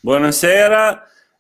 Buonasera,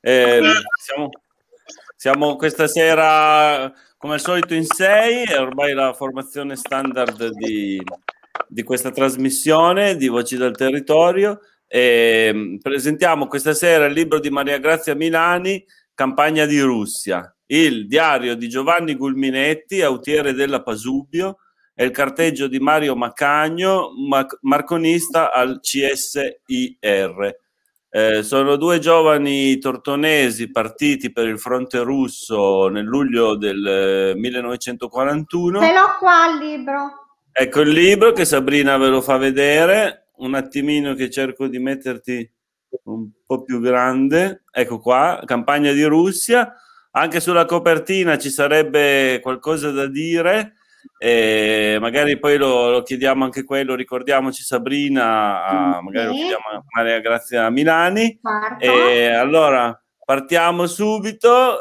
siamo questa sera come al solito in 6, è ormai la formazione standard di questa trasmissione di Voci del Territorio e presentiamo questa sera il libro di Maria Grazia Milani, Campagna di Russia, il diario di Giovanni Gulminetti, autiere della Pasubio, e il carteggio di Mario Macagno, marconista al CSIR. Sono due giovani tortonesi partiti per il fronte russo nel luglio del 1941. Ce l'ho qua il libro. Ecco il libro che Sabrina ve lo fa vedere, un attimino che cerco di metterti un po' più grande. Ecco qua, Campagna di Russia. Anche sulla copertina ci sarebbe qualcosa da dire. Magari poi lo chiediamo anche quello, ricordiamoci Sabrina, magari lo chiediamo a Maria Grazia Milani. Allora partiamo subito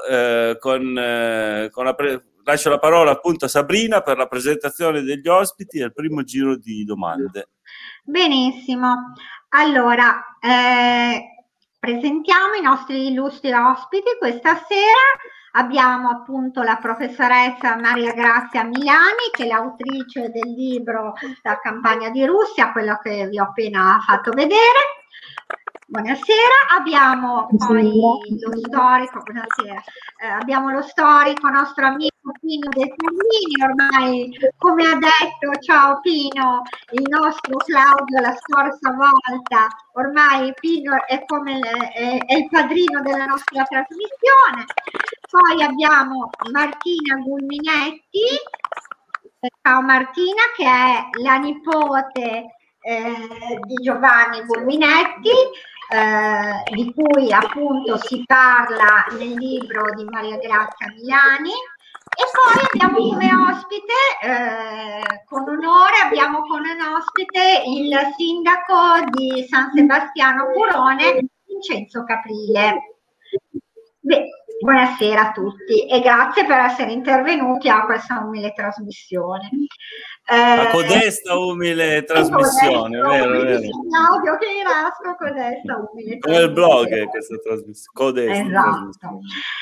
lascio la parola appunto a Sabrina per la presentazione degli ospiti e il primo giro di domande. Benissimo, allora presentiamo i nostri illustri ospiti. Questa sera abbiamo appunto la professoressa Maria Grazia Milani, che è l'autrice del libro La campagna di Russia, quello che vi ho appena fatto vedere. Buonasera, abbiamo poi lo storico, abbiamo lo storico nostro amico Pino De Termini, ormai come ha detto, ciao Pino, il nostro Claudio la scorsa volta, ormai Pino è come è il padrino della nostra trasmissione. Poi abbiamo Martina Gulminetti, ciao Martina, che è la nipote di Giovanni Gulminetti, di cui appunto si parla nel libro di Maria Grazia Milani. E poi abbiamo come ospite, con onore, abbiamo come ospite il sindaco di San Sebastiano Curone, Vincenzo Caprile. Beh, buonasera a tutti e grazie per essere intervenuti a questa umile trasmissione. A codesta umile trasmissione, vero? Claudio che Irasco, codesta umile trasmissione. Come il blog è questa trasmissione, codesta. Esatto.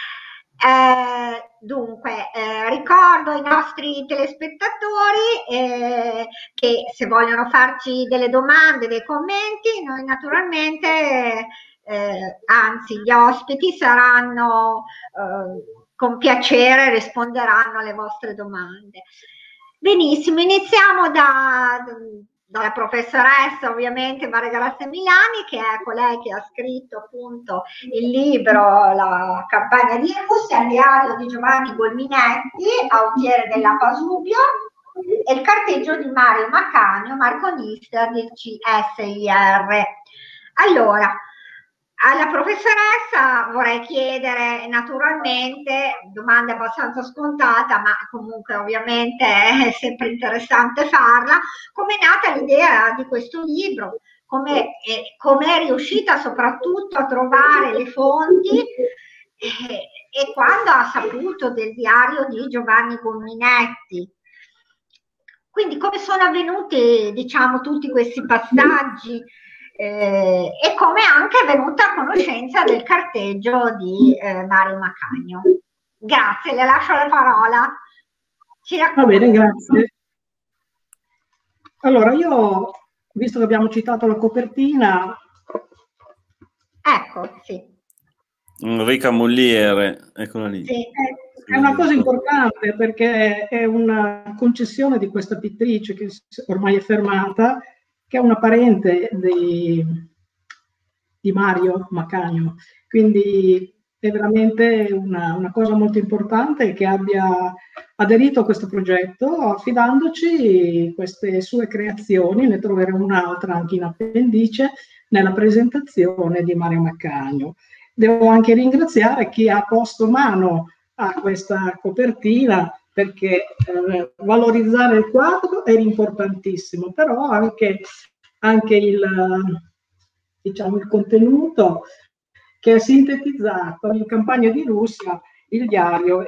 Dunque, ricordo ai nostri telespettatori che se vogliono farci delle domande, dei commenti, noi naturalmente, anzi gli ospiti saranno con piacere, risponderanno alle vostre domande. Benissimo, iniziamo dalla professoressa ovviamente Maria Grazia Milani, che è colei che ha scritto appunto il libro La campagna di Russia, il diario di Giovanni Gulminetti, autiere della Pasubio, e il carteggio di Mario Macagno, marconista del CSIR. Allora, alla professoressa vorrei chiedere naturalmente, domanda abbastanza scontata, ma comunque ovviamente è sempre interessante farla, come è nata l'idea di questo libro, come è riuscita soprattutto a trovare le fonti e quando ha saputo del diario di Giovanni Gulminetti. Quindi come sono avvenuti, diciamo, tutti questi passaggi e come anche è venuta a conoscenza del carteggio di Mario Macagno. Grazie, le lascio la parola. Va bene, grazie. Allora, io, visto che abbiamo citato la copertina... Ecco, sì. Enrica Mulliere, eccola lì. Sì. È una cosa importante perché è una concessione di questa pittrice che ormai è fermata, che è una parente di Mario Macagno, quindi è veramente una cosa molto importante che abbia aderito a questo progetto affidandoci queste sue creazioni. Ne troveremo un'altra anche in appendice nella presentazione di Mario Macagno. Devo anche ringraziare chi ha posto mano a questa copertina, perché valorizzare il quadro era importantissimo, però anche il contenuto che è sintetizzato in Campagna di Russia, il diario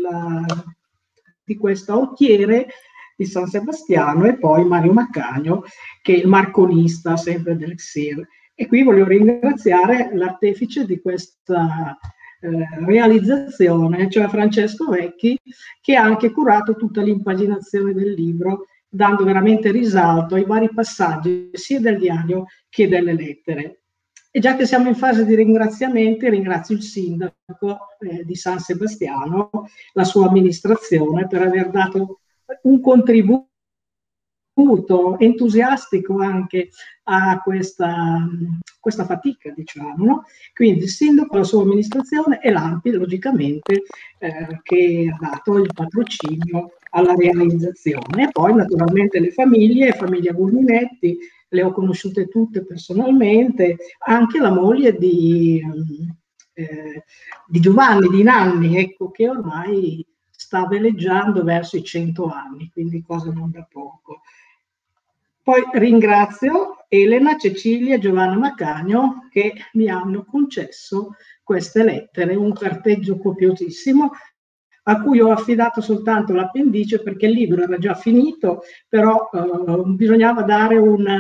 di questo autiere di San Sebastiano, e poi Mario Macagno, che è il marconista sempre del XIR. E qui voglio ringraziare l'artefice di questa realizzazione, cioè Francesco Vecchi, che ha anche curato tutta l'impaginazione del libro, dando veramente risalto ai vari passaggi sia del diario che delle lettere. E già che siamo in fase di ringraziamenti, ringrazio il sindaco di San Sebastiano, la sua amministrazione, per aver dato un contributo entusiastico anche a questa fatica, diciamo, no? Quindi il sindaco, la sua amministrazione e l'ANPI, logicamente, che ha dato il patrocinio alla realizzazione. E poi naturalmente le famiglie Gulminetti, le ho conosciute tutte personalmente, anche la moglie di Giovanni, di Nanni, ecco, che ormai sta veleggiando verso i 100 anni, quindi cosa non da poco. Poi ringrazio Elena, Cecilia e Giovanna Macagno che mi hanno concesso queste lettere, un carteggio copiosissimo a cui ho affidato soltanto l'appendice perché il libro era già finito, però bisognava dare un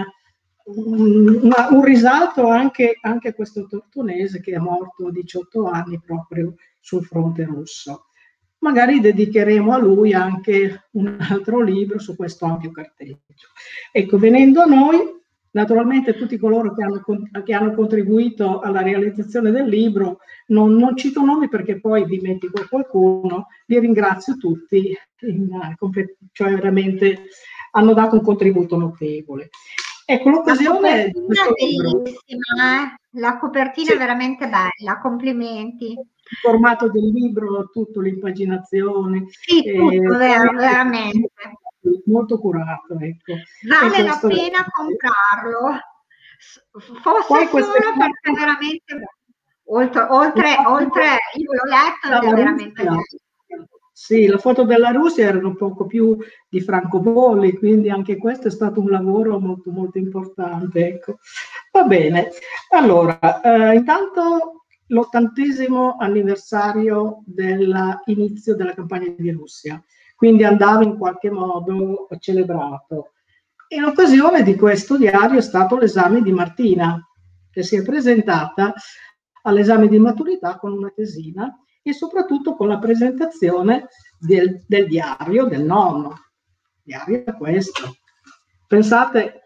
risalto anche a questo tortonese che è morto a 18 anni proprio sul fronte russo. Magari dedicheremo a lui anche un altro libro su questo ampio carteggio. Ecco, venendo a noi, naturalmente tutti coloro che hanno contribuito alla realizzazione del libro, non cito nomi perché poi dimentico qualcuno, li ringrazio tutti, cioè veramente hanno dato un contributo notevole. Ecco, l'occasione di questo libro. Bellissima, la copertina è veramente bella, complimenti. Il formato del libro, tutto, l'impaginazione. Sì, tutto, veramente. Molto curato, ecco. Vale la pena comprarlo. Fosse solo perché veramente, oltre io l'ho letto ed è veramente bello. Sì, la foto della Russia era un poco più di francobolli, quindi anche questo è stato un lavoro molto, molto importante. Ecco. Va bene, allora, intanto l'80° anniversario dell'inizio della campagna di Russia, quindi andava in qualche modo celebrato. E l'occasione di questo diario è stato l'esame di Martina, che si è presentata all'esame di maturità con una tesina e soprattutto con la presentazione del diario del nonno. Diario è questo. Pensate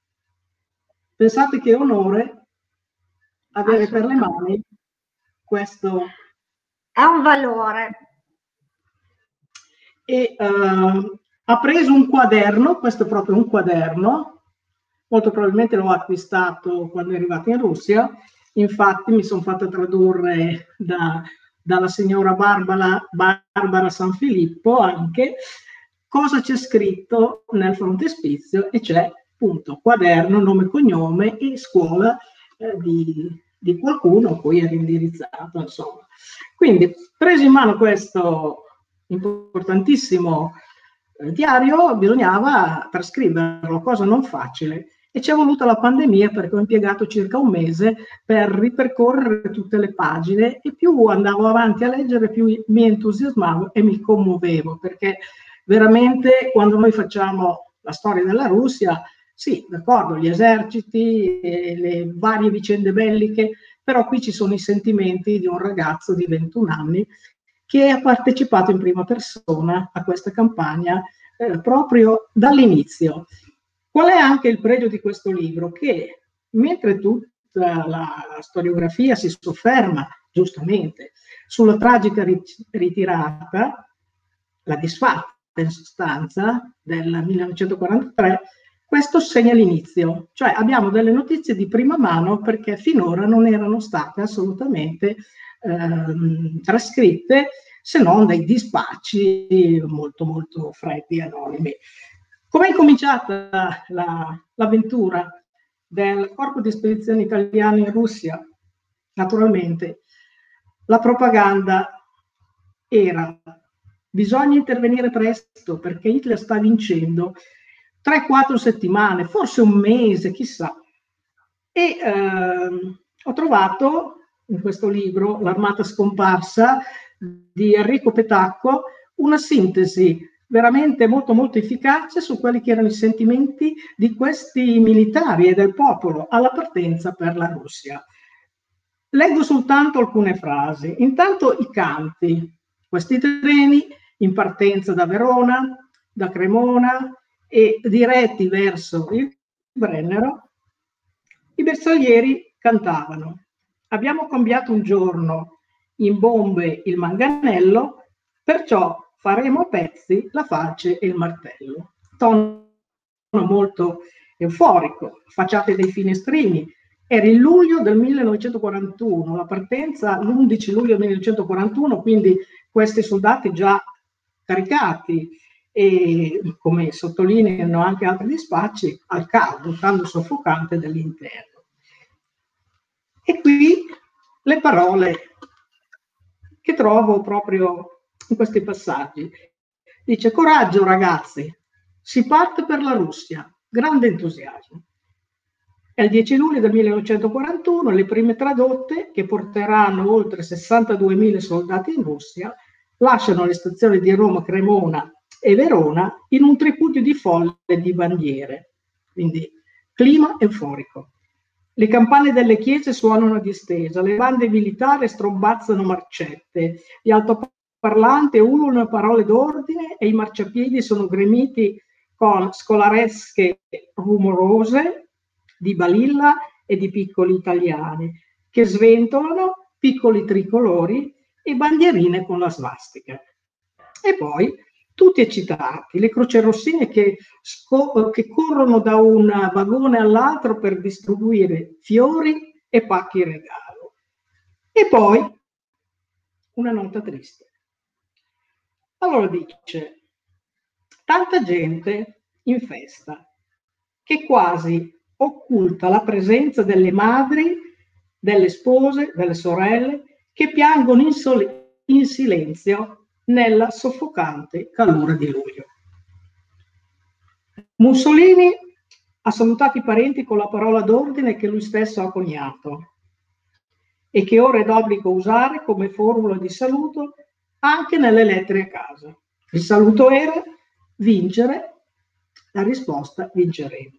che onore avere per le mani questo. È un valore. E ha preso un quaderno, questo è proprio un quaderno, molto probabilmente l'ho acquistato quando è arrivato in Russia, infatti mi sono fatta tradurre dalla signora Barbara Sanfilippo anche cosa c'è scritto nel frontespizio e c'è appunto quaderno, nome e cognome e scuola di qualcuno a cui era indirizzato, insomma. Quindi preso in mano questo importantissimo diario, bisognava trascriverlo, cosa non facile. E ci è voluta la pandemia perché ho impiegato circa un mese per ripercorrere tutte le pagine e più andavo avanti a leggere più mi entusiasmavo e mi commuovevo perché veramente quando noi facciamo la storia della Russia, sì, d'accordo, gli eserciti, le varie vicende belliche, però qui ci sono i sentimenti di un ragazzo di 21 anni che ha partecipato in prima persona a questa campagna proprio dall'inizio. Qual è anche il pregio di questo libro? Che mentre tutta la storiografia si sofferma, giustamente, sulla tragica ritirata, la disfatta in sostanza del 1943, questo segna l'inizio, cioè abbiamo delle notizie di prima mano perché finora non erano state assolutamente trascritte se non dai dispacci molto molto freddi e anonimi. Come è cominciata l'avventura del Corpo di Spedizioni Italiane in Russia? Naturalmente la propaganda era bisogna intervenire presto perché Hitler sta vincendo, 3-4 settimane, forse un mese, chissà. E ho trovato in questo libro, L'armata scomparsa, di Enrico Petacco, una sintesi veramente molto molto efficace su quelli che erano i sentimenti di questi militari e del popolo alla partenza per la Russia. Leggo soltanto alcune frasi. Intanto i canti. Questi treni in partenza da Verona, da Cremona e diretti verso il Brennero, i bersaglieri cantavano: abbiamo cambiato un giorno in bombe il manganello, perciò faremo a pezzi la falce e il martello. Tono molto euforico, facciate dei finestrini. Era il luglio del 1941, la partenza l'11 luglio 1941, quindi questi soldati già caricati e, come sottolineano anche altri dispacci, al caldo soffocante dell'interno. E qui le parole che trovo proprio in questi passaggi. Dice: coraggio ragazzi, si parte per la Russia, grande entusiasmo. È il 10 luglio del 1941, le prime tradotte, che porteranno oltre 62.000 soldati in Russia, lasciano le stazioni di Roma, Cremona e Verona in un tripudio di folle e di bandiere. Quindi clima euforico. Le campane delle chiese suonano a distesa, le bande militari strombazzano marcette, gli altoparlanti ululano parole d'ordine e i marciapiedi sono gremiti con scolaresche rumorose di balilla e di piccoli italiani che sventolano piccoli tricolori e bandierine con la svastica. E poi tutti eccitati, le crocerossine che corrono da un vagone all'altro per distribuire fiori e pacchi regalo. E poi una nota triste. Allora dice: tanta gente in festa che quasi occulta la presenza delle madri, delle spose, delle sorelle che piangono in silenzio nella soffocante calura di luglio. Mussolini ha salutato i parenti con la parola d'ordine che lui stesso ha coniato e che ora è d'obbligo usare come formula di saluto anche nelle lettere a casa. Il saluto era: vincere, la risposta: vinceremo.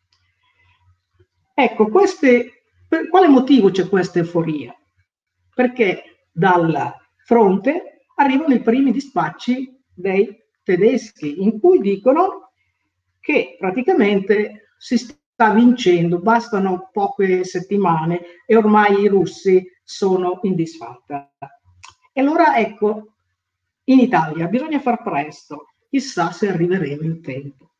Ecco, per quale motivo c'è questa euforia? Perché dal fronte arrivano i primi dispacci dei tedeschi in cui dicono che praticamente si sta vincendo, bastano poche settimane e ormai i russi sono in disfatta. E allora ecco, in Italia bisogna far presto, chissà se arriveremo in tempo.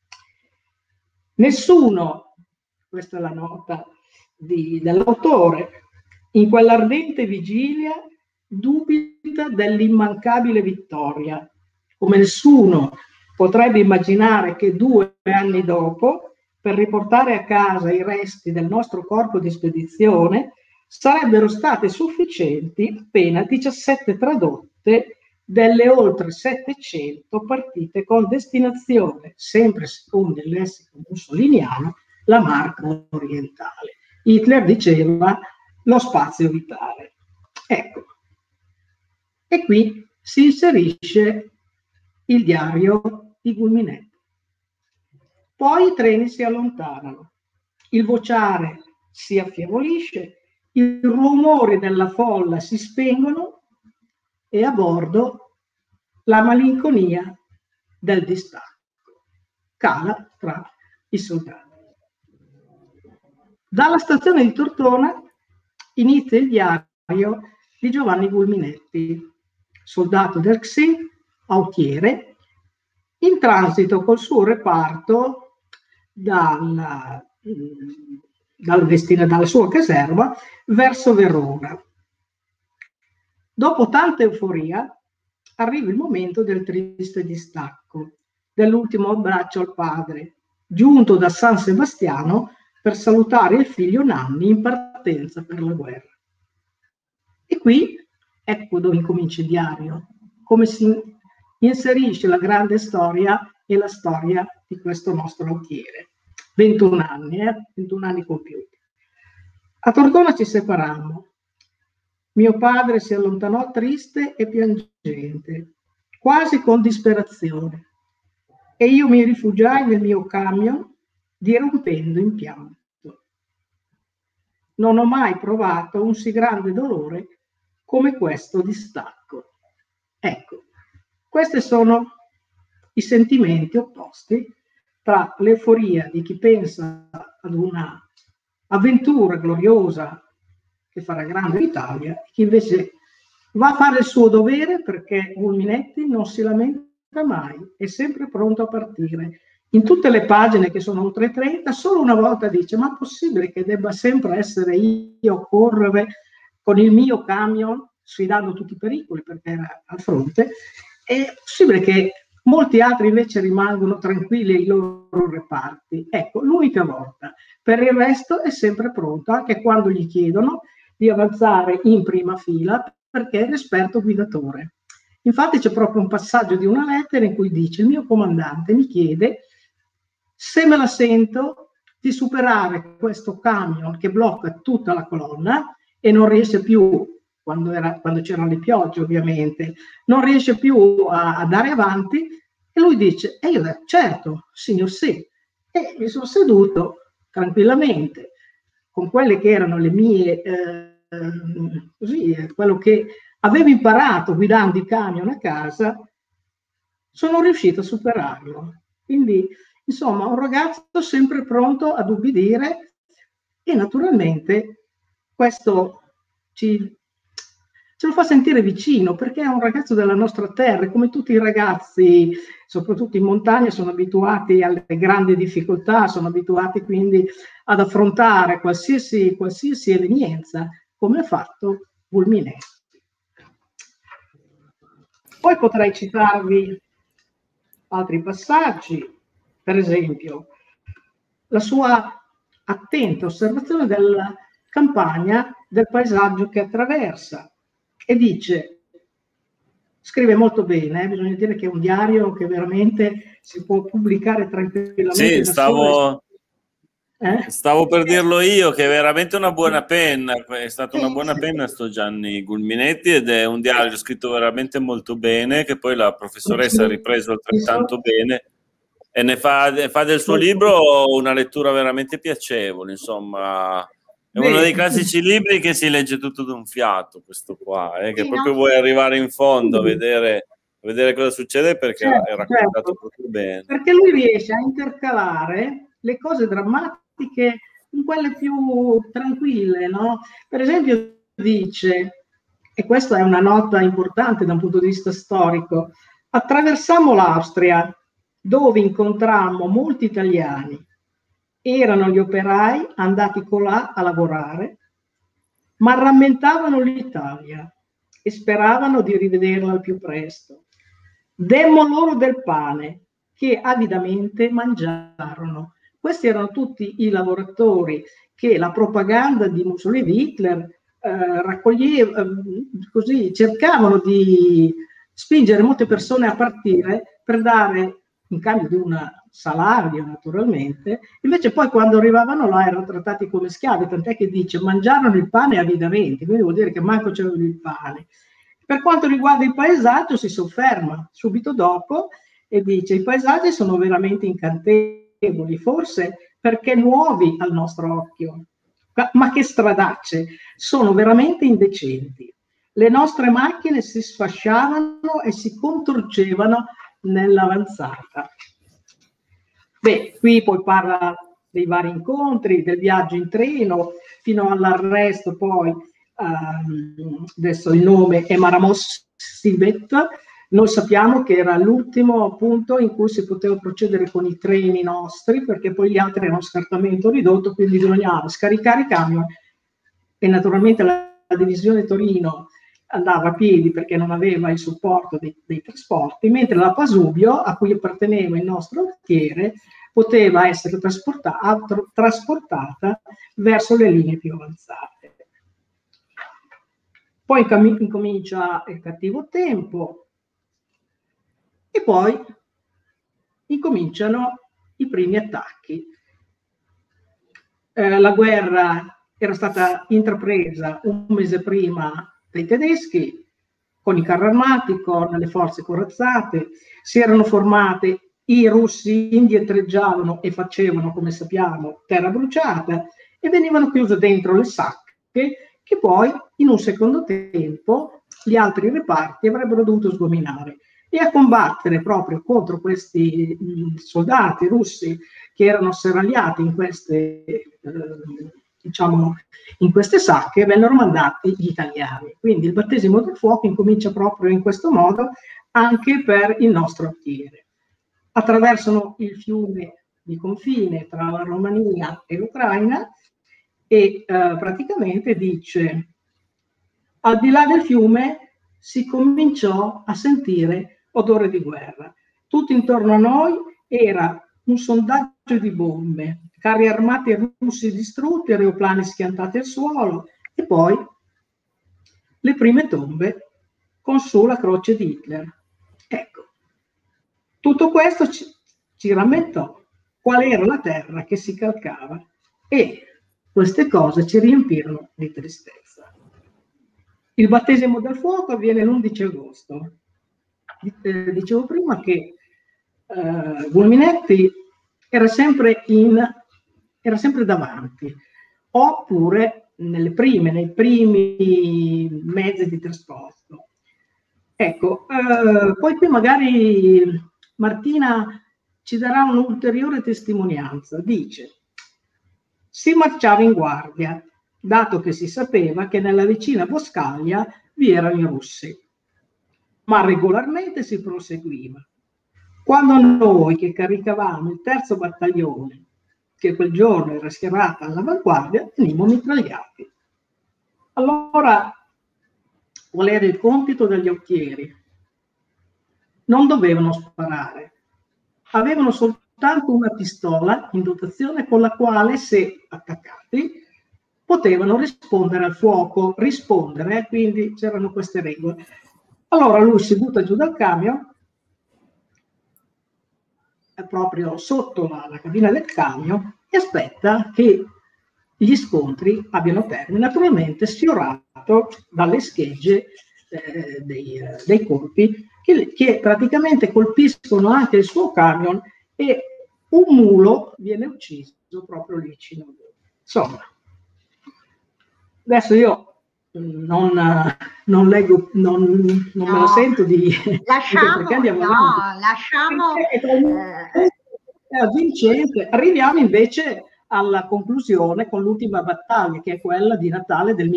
Nessuno, questa è la nota dell'autore, in quell'ardente vigilia dubita dell'immancabile vittoria, come nessuno potrebbe immaginare che 2 anni dopo, per riportare a casa i resti del nostro corpo di spedizione, sarebbero state sufficienti appena 17 tradotte delle oltre 700 partite con destinazione, sempre secondo il lessico mussoliniano, la Marca orientale. Hitler diceva lo spazio vitale. Ecco, e qui si inserisce il diario di Gulminetti. Poi i treni si allontanano, il vociare si affievolisce, i rumori della folla si spengono e a bordo la malinconia del distacco cala tra i soldati. Dalla stazione di Tortona inizia il diario di Giovanni Gulminetti, soldato del XI, autiere, in transito col suo reparto dalla sua caserma verso Verona. Dopo tanta euforia arriva il momento del triste distacco, dell'ultimo abbraccio al padre, giunto da San Sebastiano per salutare il figlio Nanni in partenza per la guerra. E qui ecco dove incomincia il diario, come si inserisce la grande storia e la storia di questo nostro autiere. 21 anni compiuti. A Tortona ci separammo. Mio padre si allontanò triste e piangente. quasi con disperazione, e io mi rifugiai nel mio camion dirompendo in pianto. Non ho mai provato un sì grande dolore come questo distacco. Ecco, questi sono i sentimenti opposti tra l'euforia di chi pensa ad una avventura gloriosa che farà grande l'Italia e chi invece va a fare il suo dovere, perché Gulminetti non si lamenta mai, è sempre pronto a partire. In tutte le pagine, che sono oltre 30, solo una volta dice: ma è possibile che debba sempre essere io a correre con il mio camion, sfidando tutti i pericoli perché era al fronte? È possibile che molti altri invece rimangono tranquilli ai loro reparti? Ecco, l'unica volta. Per il resto è sempre pronto, anche quando gli chiedono di avanzare in prima fila, perché è l'esperto guidatore. Infatti c'è proprio un passaggio di una lettera in cui dice: il mio comandante mi chiede se me la sento di superare questo camion che blocca tutta la colonna e non riesce più, quando c'erano le piogge ovviamente, non riesce più a andare avanti, e lui dice, e io ho detto, certo, signor sì, e mi sono seduto tranquillamente con quelle che erano le mie, quello che avevo imparato guidando i camion a casa, sono riuscito a superarlo. Quindi, insomma, un ragazzo sempre pronto ad ubbidire, e naturalmente questo ce lo fa sentire vicino, perché è un ragazzo della nostra terra, e come tutti i ragazzi, soprattutto in montagna, sono abituati alle grandi difficoltà, sono abituati quindi ad affrontare qualsiasi evenienza, come ha fatto Gulminetti. Poi potrei citarvi altri passaggi, per esempio la sua attenta osservazione della campagna, del paesaggio che attraversa, e dice, scrive molto bene, bisogna dire che è un diario che veramente si può pubblicare tranquillamente. Sì, stavo per dirlo io, che è veramente una buona penna, è stata una buona penna sto Gianni Gulminetti, ed è un diario scritto veramente molto bene, che poi la professoressa ha ripreso altrettanto bene, e ne fa del suo libro una lettura veramente piacevole, insomma. È uno dei classici libri che si legge tutto d'un fiato, questo qua, che proprio vuoi arrivare in fondo a vedere cosa succede, perché è raccontato proprio bene. Perché lui riesce a intercalare le cose drammatiche in quelle più tranquille, no? Per esempio dice, e questa è una nota importante da un punto di vista storico, attraversammo l'Austria, dove incontrammo molti italiani. Erano gli operai andati colà a lavorare, ma rammentavano l'Italia e speravano di rivederla al più presto. Demmo loro del pane, che avidamente mangiarono. Questi erano tutti i lavoratori che la propaganda di Mussolini e Hitler raccoglieva, così cercavano di spingere molte persone a partire per dare, in cambio di un salario naturalmente, invece poi quando arrivavano là erano trattati come schiavi, tant'è che dice mangiarono il pane avidamente, quindi vuol dire che manco c'erano il pane. Per quanto riguarda il paesaggio si sofferma subito dopo e dice i paesaggi sono veramente incantevoli, forse perché nuovi al nostro occhio, ma che stradacce, sono veramente indecenti. Le nostre macchine si sfasciavano e si contorcevano nell'avanzata. Beh, qui poi parla dei vari incontri, del viaggio in treno, fino all'arresto poi, adesso il nome è Maramos Sibet. Noi sappiamo che era l'ultimo punto in cui si poteva procedere con i treni nostri, perché poi gli altri erano scartamento ridotto, quindi bisognava scaricare i camion, e naturalmente la divisione Torino andava a piedi perché non aveva il supporto dei trasporti, mentre la Pasubio, a cui apparteneva il nostro quartiere, poteva essere trasportata verso le linee più avanzate. Poi incomincia il cattivo tempo e poi incominciano i primi attacchi. La guerra era stata intrapresa un mese prima dai tedeschi, con i carri armati, con le forze corazzate, si erano formate, i russi indietreggiavano e facevano, come sappiamo, terra bruciata e venivano chiuse dentro le sacche che poi in un secondo tempo gli altri reparti avrebbero dovuto sgominare. E a combattere proprio contro questi soldati russi che erano serragliati in queste, diciamo, in queste sacche, vennero mandati gli italiani. Quindi il battesimo del fuoco incomincia proprio in questo modo anche per il nostro alfiere. Attraversano il fiume di confine tra la Romania e l'Ucraina e praticamente dice: al di là del fiume si cominciò a sentire odore di guerra. Tutto intorno a noi era un sondaggio di bombe, carri armati russi distrutti, aeroplani schiantati al suolo e poi le prime tombe con su la croce di Hitler. Ecco, tutto questo ci rammentò qual era la terra che si calcava e queste cose ci riempirono di tristezza. Il battesimo del fuoco avviene l'11 agosto. Dicevo prima che Guilminetti era sempre davanti, oppure nei primi mezzi di trasporto. Ecco, poi qui magari Martina ci darà un'ulteriore testimonianza. Dice: si marciava in guardia, dato che si sapeva che nella vicina boscaglia vi erano i russi, ma regolarmente si proseguiva. Quando noi che caricavamo il terzo battaglione, che quel giorno era schierata all'avanguardia, venimmo mitragliati. Allora, qual era il compito degli occhieri? Non dovevano sparare, avevano soltanto una pistola in dotazione con la quale, se attaccati, potevano rispondere al fuoco, quindi c'erano queste regole. Allora lui si butta giù dal camion, proprio sotto la cabina del camion, e aspetta che gli scontri abbiano termine, naturalmente sfiorato dalle schegge dei colpi che praticamente colpiscono anche il suo camion e un mulo viene ucciso proprio lì vicino a lui. Insomma, adesso io non leggo, non me la sento di... Lasciamo, vincente. Arriviamo invece alla conclusione con l'ultima battaglia, che è quella di Natale del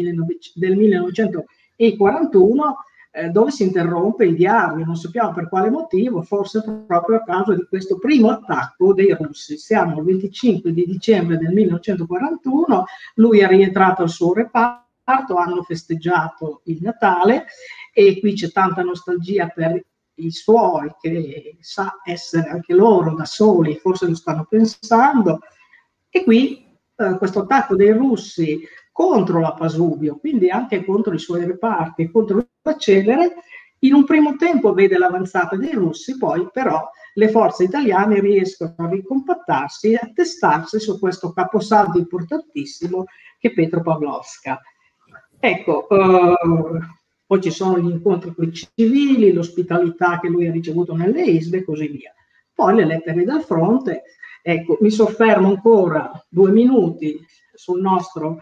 1941, dove si interrompe il diario, non sappiamo per quale motivo, forse proprio a causa di questo primo attacco dei russi. Siamo il 25 di dicembre del 1941, lui è rientrato al suo reparto, hanno festeggiato il Natale e qui c'è tanta nostalgia per i suoi, che sa essere anche loro da soli, forse lo stanno pensando, e qui questo attacco dei russi contro la Pasubio, quindi anche contro i suoi reparti, contro la Celere, in un primo tempo vede l'avanzata dei russi, poi però le forze italiane riescono a ricompattarsi e a testarsi su questo caposaldo importantissimo che è Petropavlovsk. Ecco, poi ci sono gli incontri con i civili, l'ospitalità che lui ha ricevuto nelle isole e così via. Poi le lettere dal fronte. Ecco, mi soffermo ancora 2 minuti sul nostro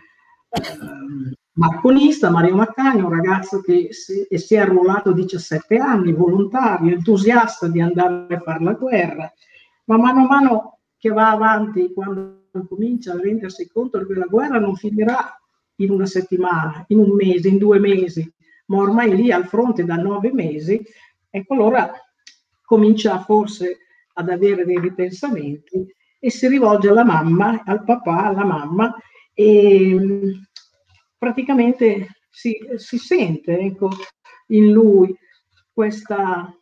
marconista Mario Maccagno, un ragazzo che si è arruolato a 17 anni, volontario, entusiasta di andare a fare la guerra, ma mano a mano che va avanti, quando comincia a rendersi conto che la guerra non finirà in una settimana, in un mese, in 2 mesi, ma ormai lì al fronte da 9 mesi, ecco, allora comincia forse ad avere dei ripensamenti e si rivolge alla mamma, al papà, alla mamma, e praticamente si sente, ecco, in lui questa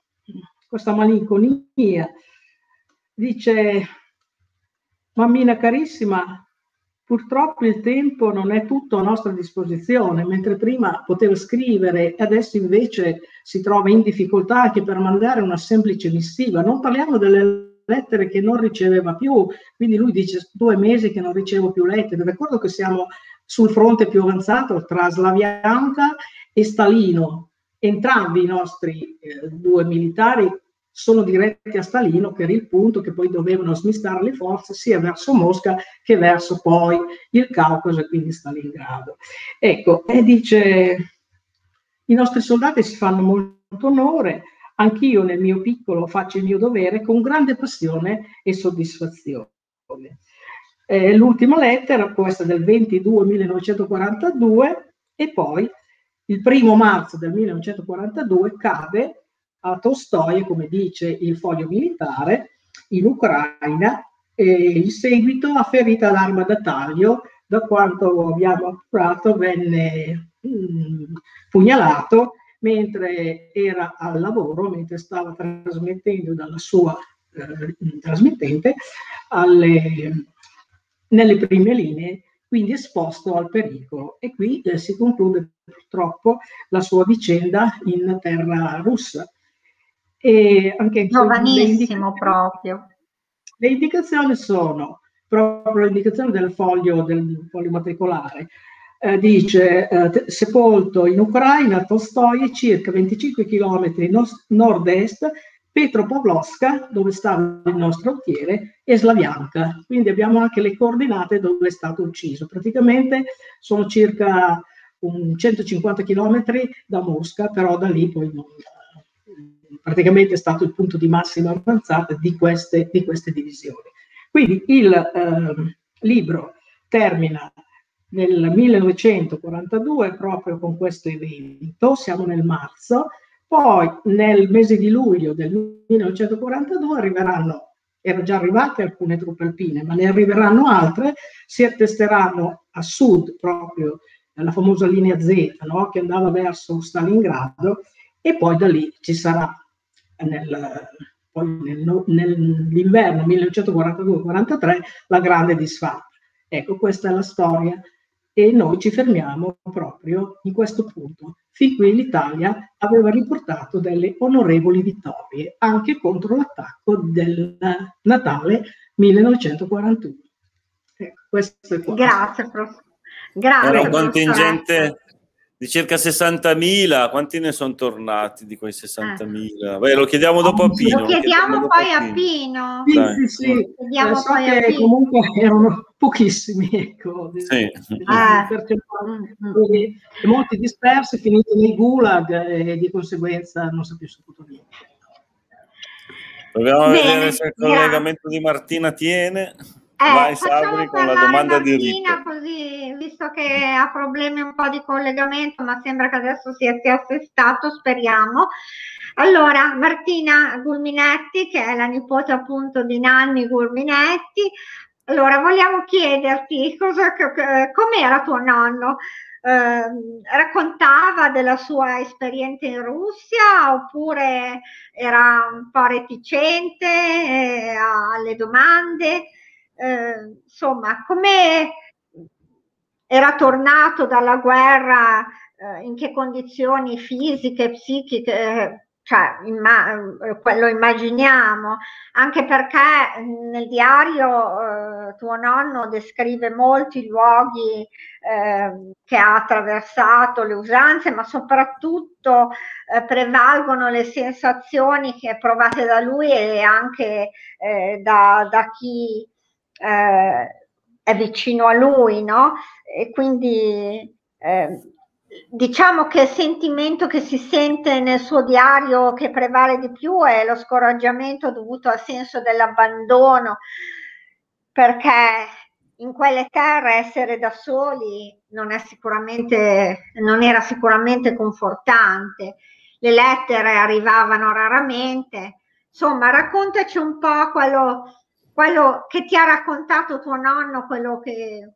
malinconia. Dice: mammina carissima, purtroppo il tempo non è tutto a nostra disposizione, mentre prima poteva scrivere, adesso invece si trova in difficoltà anche per mandare una semplice missiva. Non parliamo delle lettere che non riceveva più, quindi lui dice 2 mesi che non ricevo più lettere. Ricordo che siamo sul fronte più avanzato tra Slavianka e Stalino, entrambi i nostri due militari sono diretti a Stalino per il punto che poi dovevano smistare le forze sia verso Mosca che verso poi il Caucaso e quindi Stalingrado. Ecco, e dice, i nostri soldati si fanno molto onore, anch'io nel mio piccolo faccio il mio dovere con grande passione e soddisfazione. L'ultima lettera, questa del 22-1942, e poi il 1° marzo del 1942 cade a Tolstoi, come dice il Foglio Militare, in Ucraina, in seguito a ferita all'arma da taglio, da quanto abbiamo appurato venne pugnalato mentre era al lavoro, mentre stava trasmettendo dalla sua trasmittente nelle prime linee, quindi esposto al pericolo. E qui si conclude purtroppo la sua vicenda in terra russa. E anche giovanissimo proprio. Le indicazioni sono proprio le indicazioni del foglio matricolare. Dice sepolto in Ucraina, Tolstoi, circa 25 km nord-est, Petropavlovsk, dove stava il nostro alfiere, e Slavianka. Quindi abbiamo anche le coordinate dove è stato ucciso. Praticamente sono circa 150 km da Mosca, però da lì poi non, praticamente è stato il punto di massima avanzata di queste divisioni. Quindi il libro termina nel 1942 proprio con questo evento, siamo nel marzo, poi nel mese di luglio del 1942 erano già arrivate alcune truppe alpine, ma ne arriveranno altre, si attesteranno a sud proprio la famosa linea Z, no? Che andava verso Stalingrado, e poi da lì ci sarà nell'inverno 1942-43 la grande disfatta. Ecco, questa è la storia e noi ci fermiamo proprio in questo punto. Fin qui l'Italia aveva riportato delle onorevoli vittorie anche contro l'attacco del Natale 1941. Ecco, questo è qua. Grazie, grazie. Era un contingente di circa 60.000, quanti ne sono tornati di quei 60.000? Beh, lo chiediamo dopo a Pino. Lo chiediamo poi a Pino. Sì. So che comunque erano pochissimi, ecco. Sì. Molti dispersi, finiti nei gulag e di conseguenza non si è più saputo niente. Proviamo a vedere se il collegamento di Martina tiene. Vai Sabri con la domanda di Rita. Così, visto che ha problemi un po' di collegamento, ma sembra che adesso sia assestato, speriamo. Allora, Martina Gulminetti, che è la nipote appunto di Nanni Gulminetti, allora vogliamo chiederti com'era tuo nonno? Raccontava della sua esperienza in Russia oppure era un po' reticente alle domande? Insomma, come era tornato dalla guerra, in che condizioni fisiche, psichiche, lo immaginiamo, anche perché nel diario tuo nonno descrive molti luoghi che ha attraversato, le usanze, ma soprattutto prevalgono le sensazioni che provate da lui e anche da chi è vicino a lui, no? E quindi diciamo che il sentimento che si sente nel suo diario che prevale di più è lo scoraggiamento dovuto al senso dell'abbandono, perché in quelle terre essere da soli non era sicuramente confortante, le lettere arrivavano raramente. Insomma, raccontaci un po' quello che ti ha raccontato tuo nonno, quello che...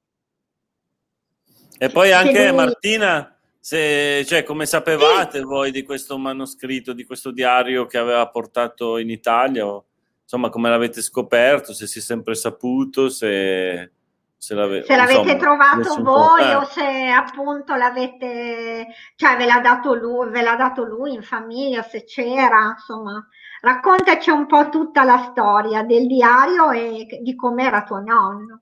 E poi anche Martina, come sapevate voi di questo manoscritto, di questo diario che aveva portato in Italia, insomma come l'avete scoperto, se si è sempre saputo, se l'avete trovato voi o se appunto l'avete, cioè ve l'ha dato lui in famiglia, se c'era, insomma. Raccontaci un po' tutta la storia del diario e di com'era tuo nonno.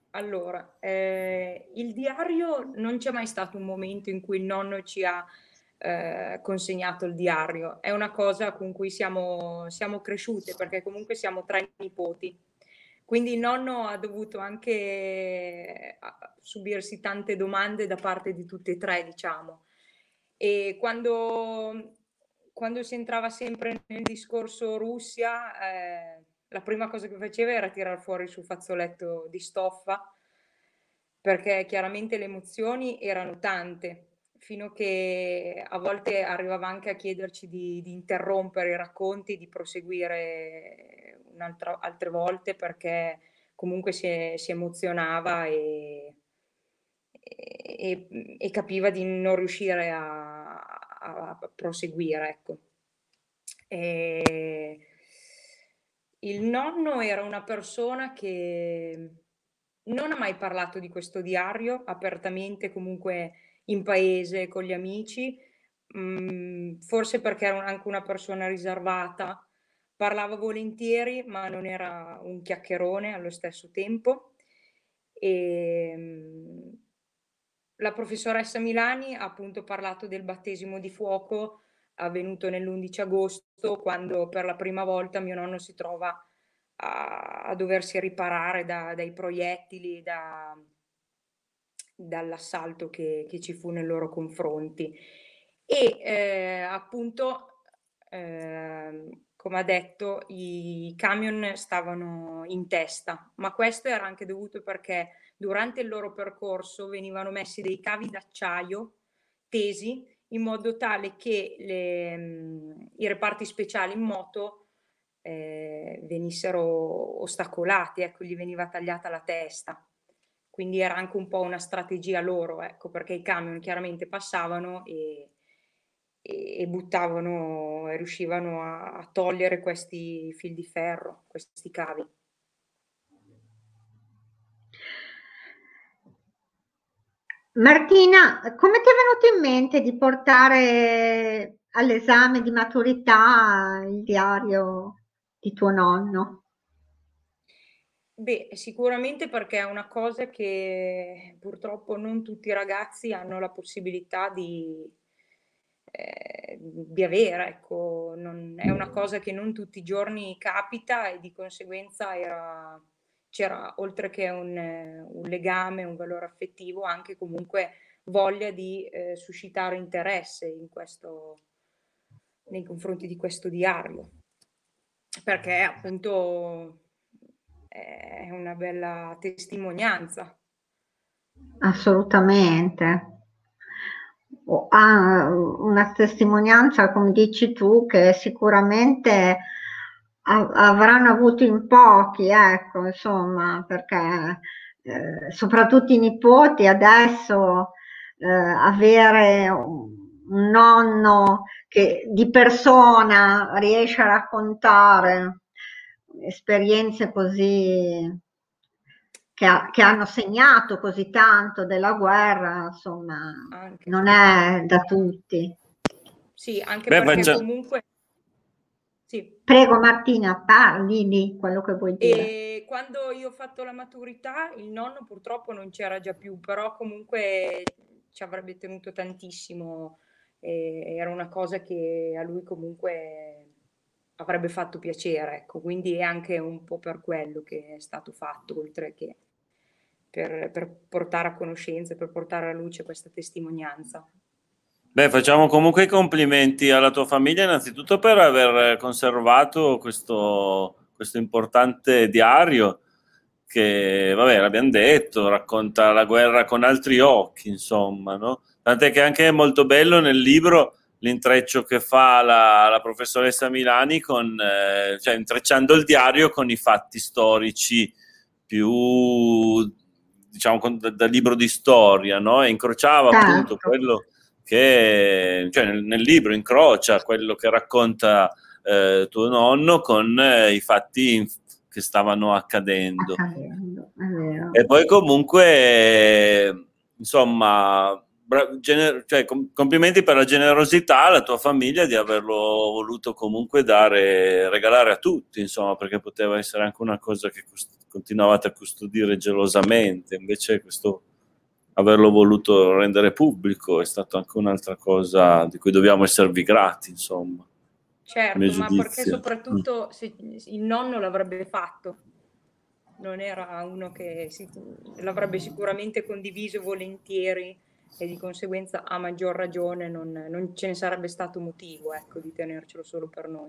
Allora, il diario non c'è mai stato un momento in cui il nonno ci ha consegnato il diario. È una cosa con cui siamo cresciute, perché comunque siamo 3 nipoti. Quindi il nonno ha dovuto anche subirsi tante domande da parte di tutte e 3, diciamo. E quando si entrava sempre nel discorso Russia, la prima cosa che faceva era tirar fuori il suo fazzoletto di stoffa, perché chiaramente le emozioni erano tante, fino che a volte arrivava anche a chiederci di interrompere i racconti, di proseguire altre volte, perché comunque si emozionava e capiva di non riuscire a proseguire, ecco. Il nonno era una persona che non ha mai parlato di questo diario apertamente, comunque in paese, con gli amici, forse perché era anche una persona riservata, parlava volentieri, ma non era un chiacchierone allo stesso tempo. La professoressa Milani ha appunto parlato del battesimo di fuoco avvenuto nell'11 agosto, quando per la prima volta mio nonno si trova a doversi riparare dai proiettili, dall'assalto che ci fu nei loro confronti. E appunto, come ha detto, i camion stavano in testa, ma questo era anche dovuto perché durante il loro percorso venivano messi dei cavi d'acciaio tesi in modo tale che i reparti speciali in moto venissero ostacolati, ecco, gli veniva tagliata la testa. Quindi era anche un po' una strategia loro, ecco, perché i camion chiaramente passavano e buttavano e riuscivano a togliere questi fil di ferro, questi cavi. Martina, come ti è venuto in mente di portare all'esame di maturità il diario di tuo nonno? Beh, sicuramente perché è una cosa che purtroppo non tutti i ragazzi hanno la possibilità di avere, ecco, è una cosa che non tutti i giorni capita e di conseguenza c'era oltre che un legame, un valore affettivo, anche comunque voglia di suscitare interesse nei confronti di questo diario, perché appunto è una bella testimonianza. Assolutamente. Ha una testimonianza, come dici tu, che sicuramente avranno avuto in pochi, ecco, insomma, perché soprattutto i nipoti adesso avere un nonno che di persona riesce a raccontare esperienze così che hanno segnato così tanto della guerra, insomma, Anche. non è da tutti. Sì, anche perché comunque... Sì. Prego Martina, parli di quello che vuoi dire. E quando io ho fatto la maturità, il nonno purtroppo non c'era già più, però comunque ci avrebbe tenuto tantissimo. Era una cosa che a lui comunque avrebbe fatto piacere, ecco, quindi è anche un po' per quello che è stato fatto, oltre che per portare a conoscenza, per portare alla luce questa testimonianza. Beh, facciamo comunque i complimenti alla tua famiglia innanzitutto per aver conservato questo importante diario che, vabbè, l'abbiamo detto, racconta la guerra con altri occhi, insomma, no? Tant'è che anche è molto bello nel libro l'intreccio che fa la professoressa Milani cioè intrecciando il diario con i fatti storici più, diciamo, da libro di storia, no? E incrociava appunto quello che, cioè nel libro incrocia quello che racconta tuo nonno con i fatti che stavano accadendo. E poi comunque, insomma, cioè, complimenti per la generosità alla tua famiglia di averlo voluto comunque regalare a tutti, insomma, perché poteva essere anche una cosa che continuavate a custodire gelosamente, invece questo averlo voluto rendere pubblico è stata anche un'altra cosa di cui dobbiamo esservi grati, insomma. Certo, ma perché soprattutto se il nonno l'avrebbe fatto, non era uno che l'avrebbe sicuramente condiviso volentieri e di conseguenza a maggior ragione non ce ne sarebbe stato motivo, ecco, di tenercelo solo per noi.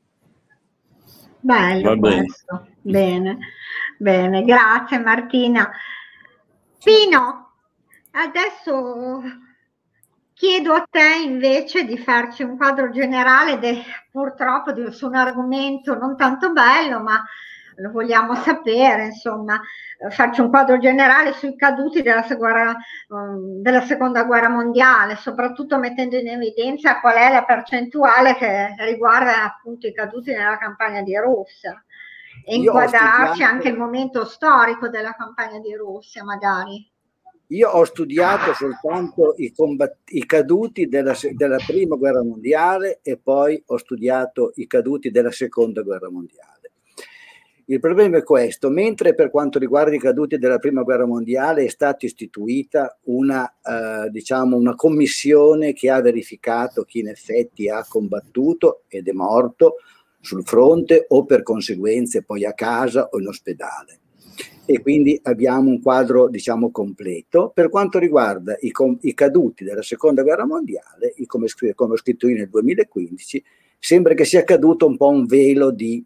Bello questo, bene, bene, grazie Martina. Pino, adesso chiedo a te invece di farci un quadro generale purtroppo su un argomento non tanto bello, ma lo vogliamo sapere, insomma, farci un quadro generale sui caduti della seconda guerra mondiale, soprattutto mettendo in evidenza qual è la percentuale che riguarda appunto i caduti nella campagna di Russia e inquadrarci anche il momento storico della campagna di Russia, magari. Io ho studiato soltanto i caduti della prima guerra mondiale e poi ho studiato i caduti della seconda guerra mondiale. Il problema è questo: mentre per quanto riguarda i caduti della prima guerra mondiale è stata istituita una commissione che ha verificato chi in effetti ha combattuto ed è morto sul fronte o per conseguenze poi a casa o in ospedale. E quindi abbiamo un quadro completo. Per quanto riguarda i caduti della seconda guerra mondiale, come ho scritto io nel 2015, sembra che sia caduto un po' un velo di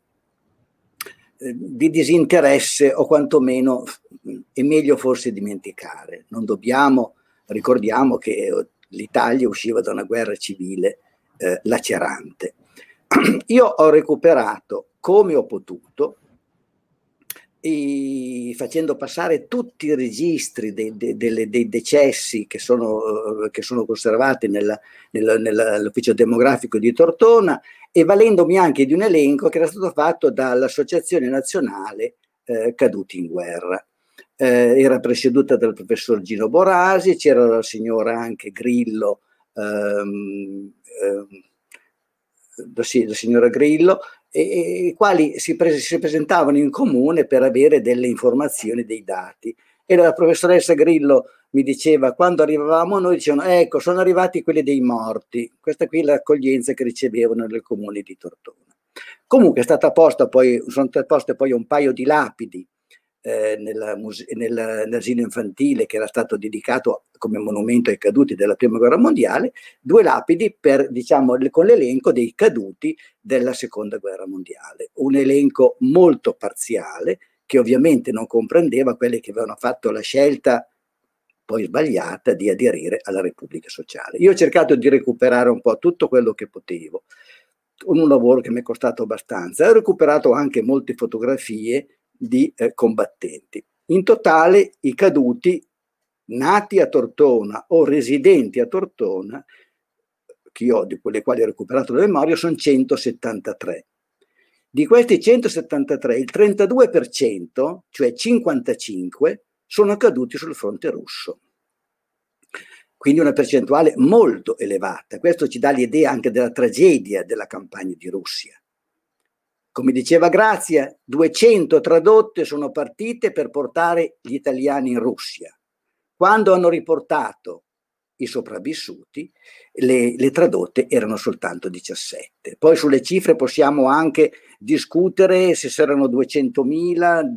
disinteresse, o quantomeno è meglio forse dimenticare. Ricordiamo che l'Italia usciva da una guerra civile lacerante. Io ho recuperato come ho potuto, facendo passare tutti i registri dei decessi che sono conservati nell'ufficio demografico di Tortona, e valendomi anche di un elenco che era stato fatto dall'Associazione Nazionale Caduti in Guerra. Era presieduta dal professor Gino Borasi, c'era la signora anche Grillo, la signora Grillo, e i quali si presentavano in comune per avere delle informazioni, dei dati. E la professoressa Grillo mi diceva, quando arrivavamo noi, dicevano: ecco, sono arrivati quelli dei morti. Questa qui è l'accoglienza che ricevevano nel comune di Tortona. Comunque sono state poste poi un paio di lapidi nell'asilo infantile che era stato dedicato come monumento ai caduti della prima guerra mondiale, 2 lapidi con l'elenco dei caduti della seconda guerra mondiale, un elenco molto parziale che ovviamente non comprendeva quelli che avevano fatto la scelta poi sbagliata di aderire alla Repubblica Sociale. Io ho cercato di recuperare un po' tutto quello che potevo, con un lavoro che mi è costato abbastanza. Ho recuperato anche molte fotografie di combattenti. In totale i caduti nati a Tortona o residenti a Tortona, di quelle quali ho recuperato la memoria, sono 173. Di questi 173 il 32%, cioè 55, sono caduti sul fronte russo. Quindi una percentuale molto elevata. Questo ci dà l'idea anche della tragedia della campagna di Russia. Come diceva Grazia, 200 tradotte sono partite per portare gli italiani in Russia. Quando hanno riportato i sopravvissuti, le tradotte erano soltanto 17. Poi sulle cifre possiamo anche discutere se erano 200.000,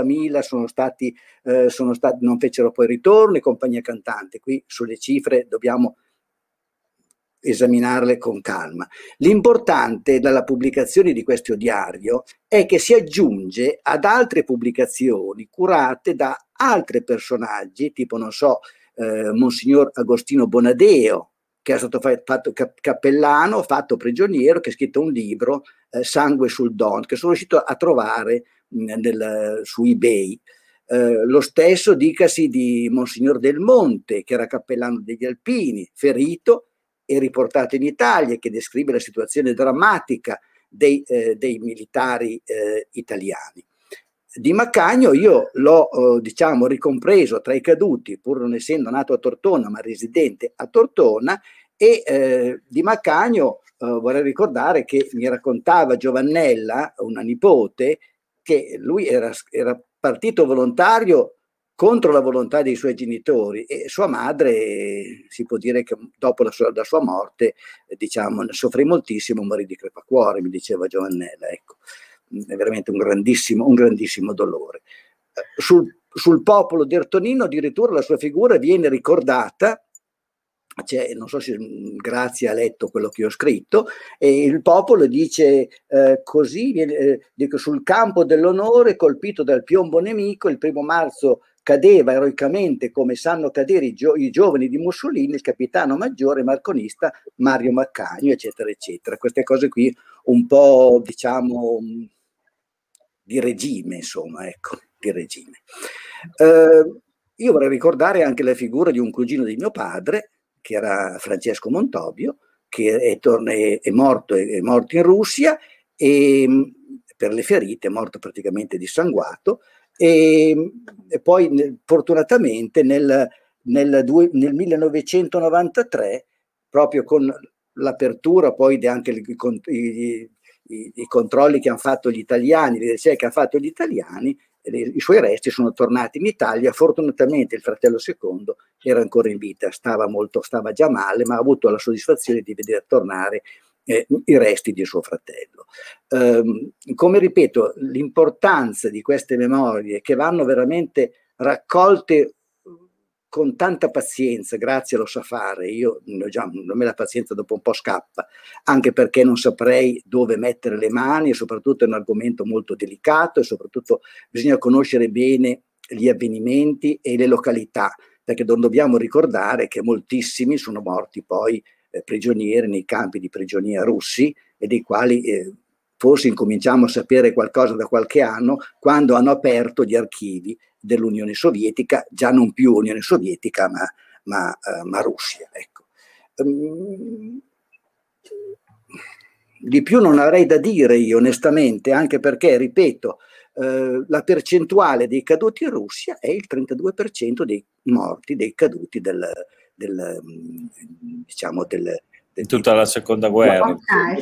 90.000 non fecero poi ritorno, e compagnia cantante. Qui sulle cifre dobbiamo esaminarle con calma. L'importante dalla pubblicazione di questo diario è che si aggiunge ad altre pubblicazioni curate da altri personaggi, tipo, non so, Monsignor Agostino Bonadeo, che è stato fatto cappellano, fatto prigioniero, che ha scritto un libro, Sangue sul Don, che sono riuscito a trovare su eBay. Lo stesso dicasi di Monsignor Del Monte, che era cappellano degli Alpini, ferito e riportato in Italia, che descrive la situazione drammatica dei militari italiani. Di Maccagno io l'ho ricompreso tra i caduti, pur non essendo nato a Tortona ma residente a Tortona, e di Maccagno vorrei ricordare che mi raccontava Giovannella, una nipote, che lui era partito volontario contro la volontà dei suoi genitori, e sua madre si può dire che dopo la sua morte, diciamo, ne soffrì moltissimo, morì di crepacuore, mi diceva Giovannella, ecco. È veramente un grandissimo dolore. Sul popolo di Ertonino addirittura la sua figura viene ricordata, non so se Grazia ha letto quello che ho scritto, e il popolo dice così, dico, sul campo dell'onore colpito dal piombo nemico il 1° marzo cadeva eroicamente come sanno cadere i giovani di Mussolini il capitano maggiore marconista Mario Maccagno, eccetera eccetera. Queste cose qui un po', diciamo, di regime, insomma, ecco, di regime. Io vorrei ricordare anche la figura di un cugino di mio padre, che era Francesco Montovio, che è morto in Russia e per le ferite, è morto praticamente dissanguato, e poi fortunatamente nel 1993, proprio con l'apertura poi anche i controlli che hanno fatto gli italiani, le ricerche che hanno fatto gli italiani, i suoi resti sono tornati in Italia. Fortunatamente il fratello secondo era ancora in vita, stava già male, ma ha avuto la soddisfazione di vedere tornare i resti di suo fratello. Come ripeto, l'importanza di queste memorie, che vanno veramente raccolte con tanta pazienza, Grazia lo sa fare, io a me la pazienza dopo un po' scappa, anche perché non saprei dove mettere le mani, e soprattutto è un argomento molto delicato, e soprattutto bisogna conoscere bene gli avvenimenti e le località, perché non dobbiamo ricordare che moltissimi sono morti poi prigionieri nei campi di prigionia russi, e dei quali forse incominciamo a sapere qualcosa da qualche anno, quando hanno aperto gli archivi dell'Unione Sovietica, già non più Unione Sovietica ma Russia, ecco. Di più non avrei da dire io, onestamente, anche perché, ripeto, la percentuale dei caduti in Russia è il 32% dei morti, dei caduti diciamo di tutta la seconda guerra.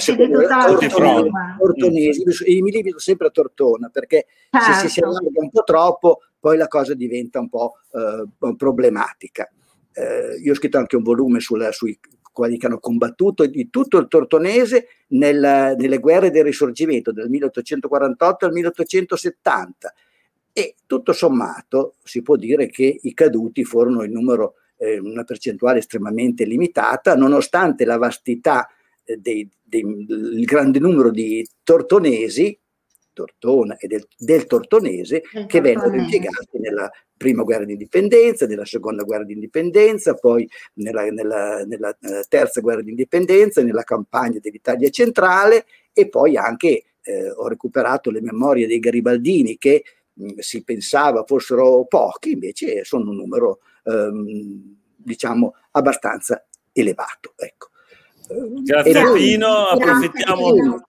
Tortonesi, io mi limito sempre a Tortona, perché se si allarga un po' troppo poi la cosa diventa un po' problematica. Io ho scritto anche un volume sui quelli che hanno combattuto di tutto il Tortonese nelle guerre del Risorgimento dal 1848 al 1870, e tutto sommato si può dire che i caduti furono in numero, una percentuale estremamente limitata, nonostante la vastità il grande numero di tortonesi, Tortona e del tortonese, che vennero impiegati nella prima guerra di indipendenza, nella seconda guerra di indipendenza, poi nella terza guerra di indipendenza, nella campagna dell'Italia centrale, e poi anche ho recuperato le memorie dei garibaldini, che si pensava fossero pochi, invece sono un numero diciamo abbastanza elevato, ecco. Grazie Pino, approfittiamo.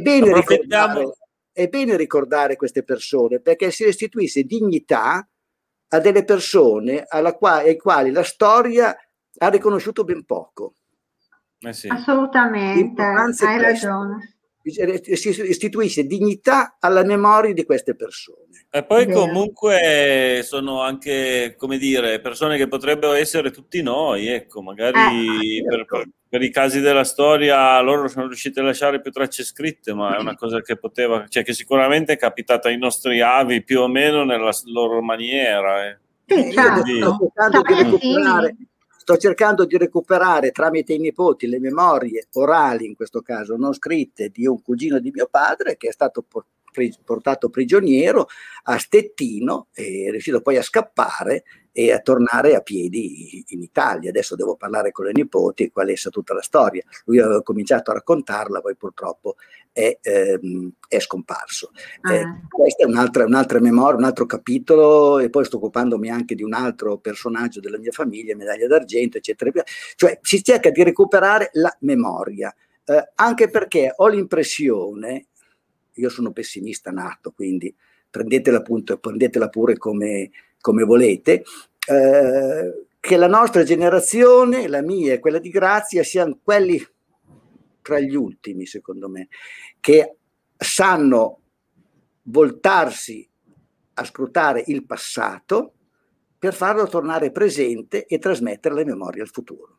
È bene ricordare queste persone, perché si restituisce dignità a delle persone ai quali la storia ha riconosciuto ben poco. Sì. Assolutamente, hai ragione. Si istituisce dignità alla memoria di queste persone. E poi comunque sono anche, come dire, persone che potrebbero essere tutti noi, ecco, magari per i casi della storia loro sono riusciti a lasciare più tracce scritte, ma è una cosa che che sicuramente è capitata ai nostri avi più o meno nella loro maniera. Sì, certo. Sto cercando di recuperare tramite i nipoti le memorie orali, in questo caso non scritte, di un cugino di mio padre che è stato portato prigioniero a Stettino, e è riuscito poi a scappare e a tornare a piedi in Italia. Adesso devo parlare con le nipoti qual è tutta la storia. Lui aveva cominciato a raccontarla, poi purtroppo è scomparso. Questa è un'altra memoria, un altro capitolo, e poi sto occupandomi anche di un altro personaggio della mia famiglia, medaglia d'argento, eccetera. Cioè si cerca di recuperare la memoria, anche perché ho l'impressione, io sono pessimista nato, quindi prendetela pure come volete, che la nostra generazione, la mia e quella di Grazia, siano quelli tra gli ultimi, secondo me, che sanno voltarsi a scrutare il passato per farlo tornare presente e trasmettere le memorie al futuro.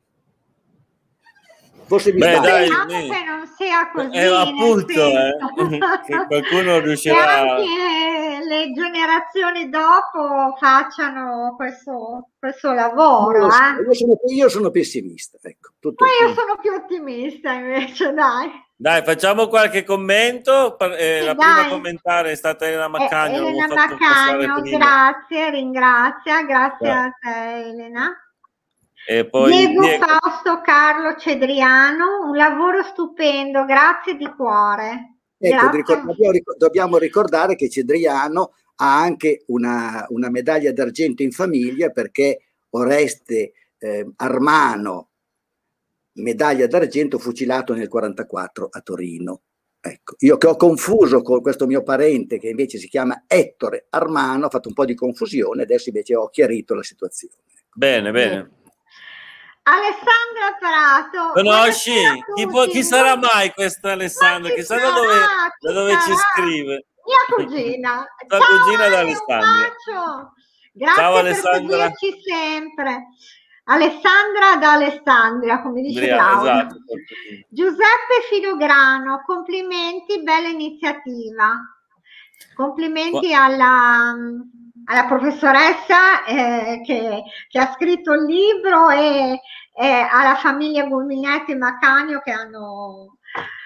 Forse mi sbaglio. Speriamo che non sia così, appunto, che qualcuno riuscirà. Che anche le generazioni dopo facciano questo lavoro. Io sono pessimista, ecco. Ma io sono più ottimista invece, dai. Dai, facciamo qualche commento. La prima a commentare è stata Elena Maccagno. Elena Maccagno, grazie a te, Elena. E poi Diego Fausto Carlo Cedriano, un lavoro stupendo, grazie di cuore. Ecco, dobbiamo ricordare che Cedriano ha anche una medaglia d'argento in famiglia, perché Oreste Armano, medaglia d'argento, fucilato nel 1944 a Torino. Ecco, io che ho confuso con questo mio parente che invece si chiama Ettore Armano, ho fatto un po' di confusione, adesso invece ho chiarito la situazione. Bene. Alessandra Prato. Conosci? Chi sarà mai questa Alessandra? Chissà da dove ci scrive. Mia cugina. Tua cugina da Alessandria. Grazie. Ciao, per Alessandra. seguirci sempre. Alessandra da Alessandria, come dice Claudia. Esatto. Giuseppe Filograno, complimenti, bella iniziativa. Complimenti alla professoressa che ha scritto il libro e alla famiglia Gulminetti e Maccagno che hanno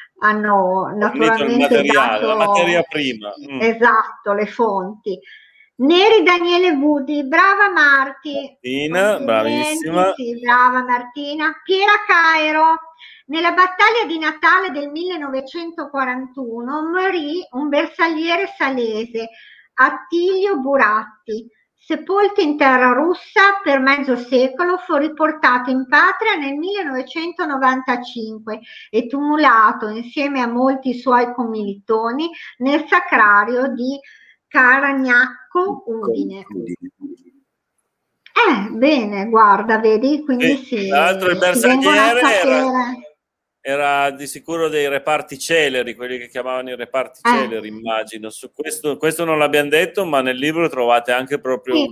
naturalmente dato la materia prima. Esatto, le fonti. Neri Daniele Budi, brava Marti. Martina, bravissima. Sì, brava Martina. Piera Cairo. Nella battaglia di Natale del 1941 morì un bersagliere salese, Attilio Buratti. Sepolto in terra russa per mezzo secolo, fu riportato in patria nel 1995 e tumulato insieme a molti suoi commilitoni nel sacrario di Caragnacco, Udine. Bene, guarda, vedi, quindi sì. Tra l'altro il bersagliere era di sicuro dei reparti celeri, quelli che chiamavano i reparti celeri, immagino. Su questo non l'abbiamo detto, ma nel libro trovate anche proprio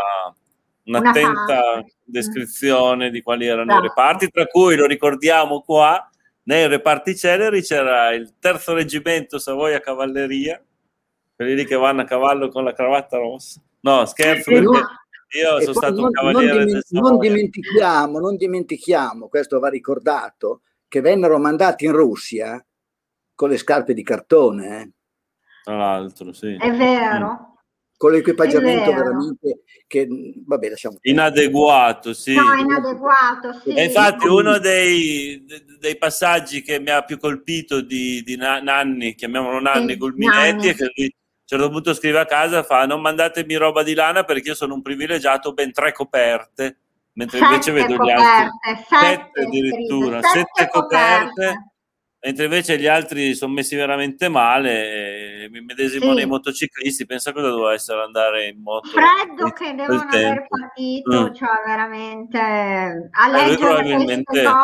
un'attenta descrizione di quali erano i reparti, tra cui, lo ricordiamo qua, nei reparti celeri c'era il 3° reggimento Savoia Cavalleria, quelli lì che vanno a cavallo con la cravatta rossa. No, scherzo, perché io sono stato un cavaliere del Savoia. Non dimentichiamo, questo va ricordato, che vennero mandati in Russia con le scarpe di cartone. Tra l'altro, sì. È vero. Con l'equipaggiamento veramente lasciamo inadeguato, sì. No, inadeguato, sì. E infatti uno dei passaggi che mi ha più colpito di Nanni, chiamiamolo Nanni Gulminetti, è che lui a un certo punto scrive a casa, non mandatemi roba di lana perché io sono un privilegiato, ben 3 coperte. Mentre invece vedo gli altri 7 addirittura, 7 coperte, mentre invece gli altri sono messi veramente male. Mi medesimo nei motociclisti, pensa cosa doveva essere andare in moto. Freddo che devono aver patito, cioè veramente a leggere queste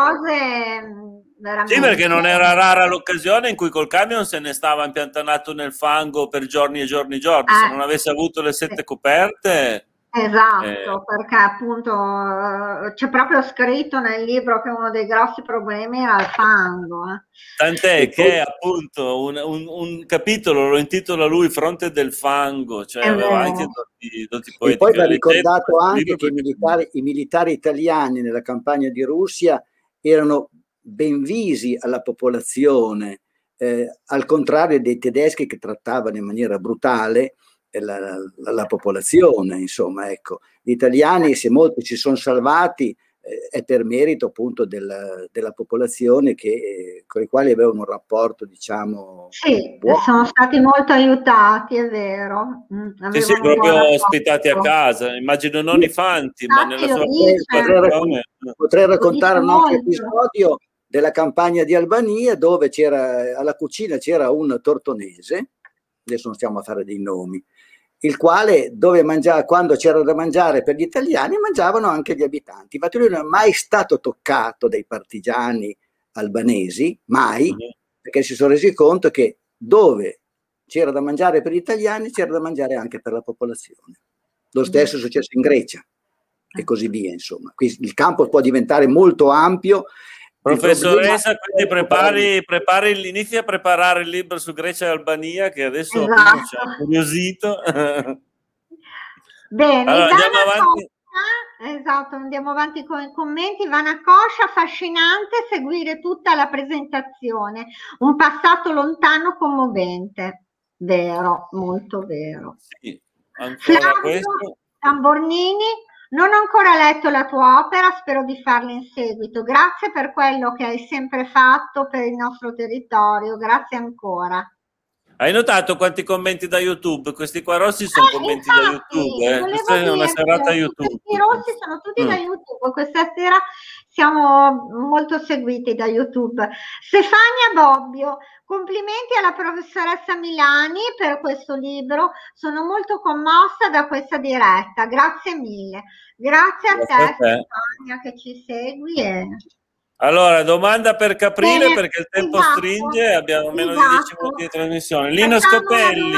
cose. Veramente. Sì, perché non era rara l'occasione in cui col camion se ne stava impiantanato nel fango per giorni e giorni e giorni. Se non avesse avuto le 7 coperte. Esatto, perché appunto c'è proprio scritto nel libro che uno dei grossi problemi era il fango. Tant'è che appunto un capitolo lo intitola lui Fronte del fango, cioè aveva anche doti poetici. E poi va ricordato anche che i militari italiani nella campagna di Russia erano ben visi alla popolazione, al contrario dei tedeschi che trattavano in maniera brutale la popolazione, insomma, ecco. Gli italiani, se molti si sono salvati, è per merito appunto della popolazione con i quali avevano un rapporto, diciamo, buono. Sono stati molto aiutati, è vero. Sì, proprio ospitati a casa, immagino non i fanti, ma nella sua potrei raccontare un altro episodio della campagna di Albania, dove alla cucina c'era un tortonese, adesso non stiamo a fare dei nomi, il quale quando c'era da mangiare per gli italiani mangiavano anche gli abitanti. Infatti lui non è mai stato toccato dai partigiani albanesi, mai, perché si sono resi conto che dove c'era da mangiare per gli italiani c'era da mangiare anche per la popolazione. Lo stesso è successo in Grecia e così via, insomma. Qui il campo può diventare molto ampio. Professoressa, quindi inizi a preparare il libro su Grecia e Albania, che adesso ci ha incuriosito. Bene, allora, andiamo avanti. Esatto, andiamo avanti con i commenti. Ivana Coscia, affascinante seguire tutta la presentazione, un passato lontano commovente. Vero, molto vero. Sì, ancora Flavio questo. Tambornini, non ho ancora letto la tua opera, spero di farlo in seguito. Grazie per quello che hai sempre fatto per il nostro territorio, grazie ancora. Hai notato quanti commenti da YouTube? Questi qua rossi sono commenti da YouTube. Questa è una serata YouTube. Questi rossi sono tutti da YouTube. Questa sera siamo molto seguiti da YouTube. Stefania Bobbio, complimenti alla professoressa Milani per questo libro. Sono molto commossa da questa diretta. Grazie mille. Grazie a te, Stefania, che ci segui. Allora, domanda per Caprile, perché il tempo stringe, abbiamo meno di 10 minuti di trasmissione. Lino Scopelli,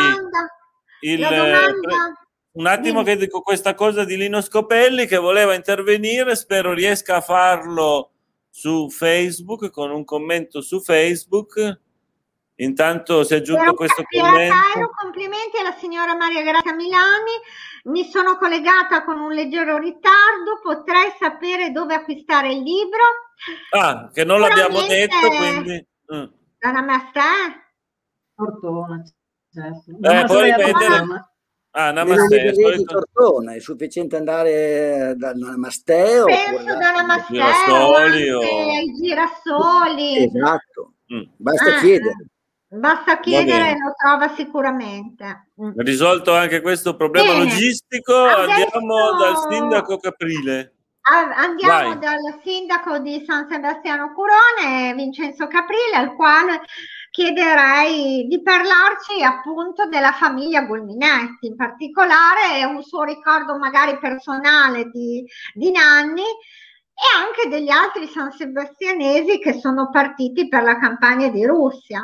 un attimo che dico questa cosa di Lino Scopelli che voleva intervenire, spero riesca a farlo su Facebook, con un commento su Facebook. Intanto si è aggiunto questo commento. Complimenti alla signora Maria Grazia Milani, mi sono collegata con un leggero ritardo, potrei sapere dove acquistare il libro? Ah, che non l'abbiamo detto, quindi... Da Namaste? Tortona, certo. Puoi ripetere? Namaste. Di Tortona, è sufficiente andare da Namaste? Penso da Namaste, girasoli ai girasoli. Esatto, basta chiedere. Basta chiedere e lo trova sicuramente. Risolto anche questo problema logistico, andiamo dal sindaco Caprile. Andiamo dal sindaco di San Sebastiano Curone, Vincenzo Caprile, al quale chiederei di parlarci appunto della famiglia Gulminetti, in particolare un suo ricordo magari personale di Nanni e anche degli altri sansebastianesi che sono partiti per la campagna di Russia.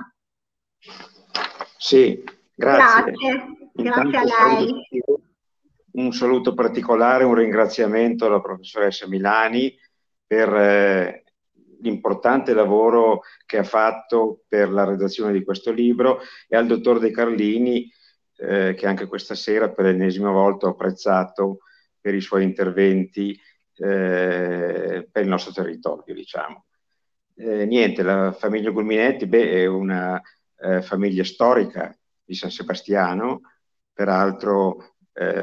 Sì, grazie. Grazie a lei. Un saluto particolare, un ringraziamento alla professoressa Milani per l'importante lavoro che ha fatto per la redazione di questo libro e al dottor De Carlini che anche questa sera per l'ennesima volta ho apprezzato per i suoi interventi per il nostro territorio, diciamo. Niente, la famiglia Gulminetti è una famiglia storica di San Sebastiano, peraltro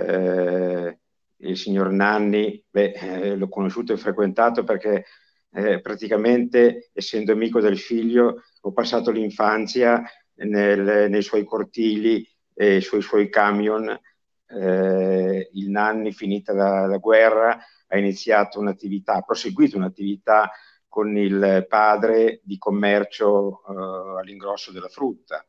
il signor Nanni l'ho conosciuto e frequentato perché praticamente, essendo amico del figlio, ho passato l'infanzia nei suoi cortili e sui suoi camion. Il Nanni, finita la guerra, ha iniziato un'attività, ha proseguito un'attività con il padre di commercio all'ingrosso della frutta.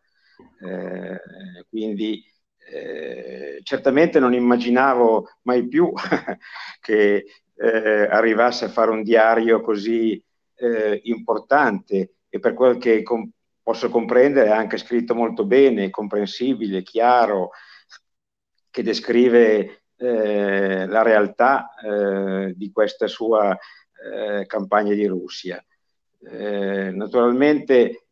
Quindi certamente non immaginavo mai più che arrivasse a fare un diario così importante e per quel che posso comprendere è anche scritto molto bene, comprensibile, chiaro, che descrive la realtà di questa sua campagna di Russia. Naturalmente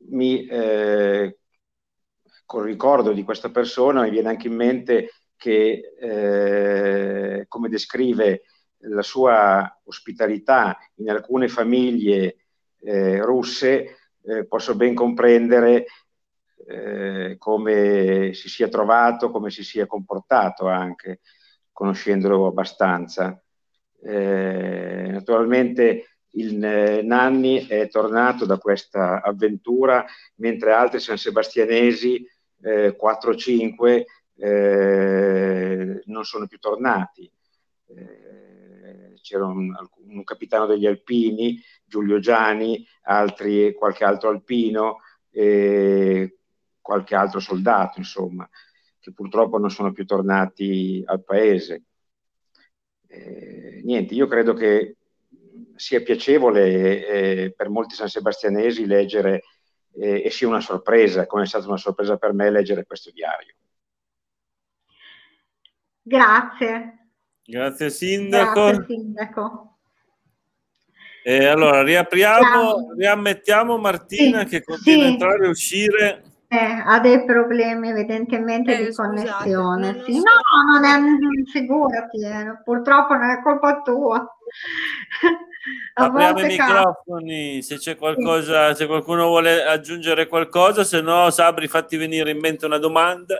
col ricordo di questa persona mi viene anche in mente che come descrive la sua ospitalità in alcune famiglie russe, posso ben comprendere come si sia trovato, come si sia comportato anche, conoscendolo abbastanza. Naturalmente il Nanni è tornato da questa avventura, mentre altri sansebastianesi, 4-5, non sono più tornati. C'era un capitano degli Alpini, Giulio Giani, qualche altro alpino e qualche altro soldato, insomma, che purtroppo non sono più tornati al paese. Niente, io credo che sia piacevole per molti sansebastianesi leggere e sia una sorpresa, come è stata una sorpresa per me leggere questo diario. Grazie. Grazie Sindaco. Grazie Sindaco. E allora riammettiamo Martina che continua a entrare e uscire. Ha dei problemi evidentemente di connessione. No, non è, figurati, purtroppo non è colpa tua. Apriamo i microfoni se c'è qualcosa, se qualcuno vuole aggiungere qualcosa, se no Sabri fatti venire in mente una domanda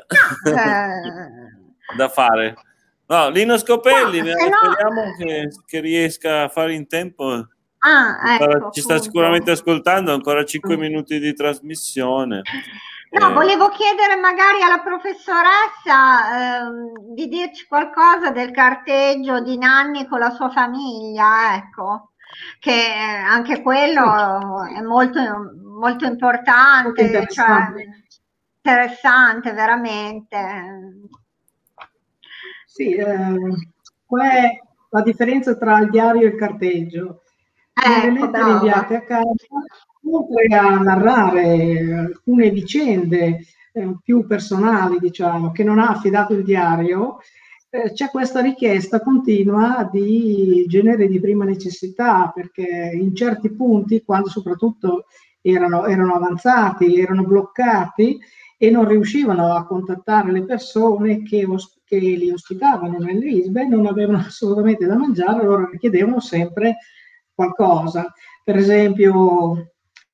da fare. No, Lino Scopelli, speriamo che riesca a fare in tempo. Ecco, ci sta sicuramente ascoltando, ancora 5 minuti di trasmissione. No, volevo chiedere magari alla professoressa di dirci qualcosa del carteggio di Nanni con la sua famiglia, ecco, che anche quello è molto, molto importante, interessante veramente. Sì, qual è la differenza tra il diario e il carteggio? Nelle lettere inviate a casa, oltre a narrare alcune vicende più personali, diciamo, che non ha affidato il diario, c'è questa richiesta continua di generi di prima necessità, perché in certi punti, quando soprattutto erano avanzati, erano bloccati e non riuscivano a contattare le persone che li ospitavano nell'ISBE, non avevano assolutamente da mangiare, allora richiedevano sempre qualcosa. Per esempio,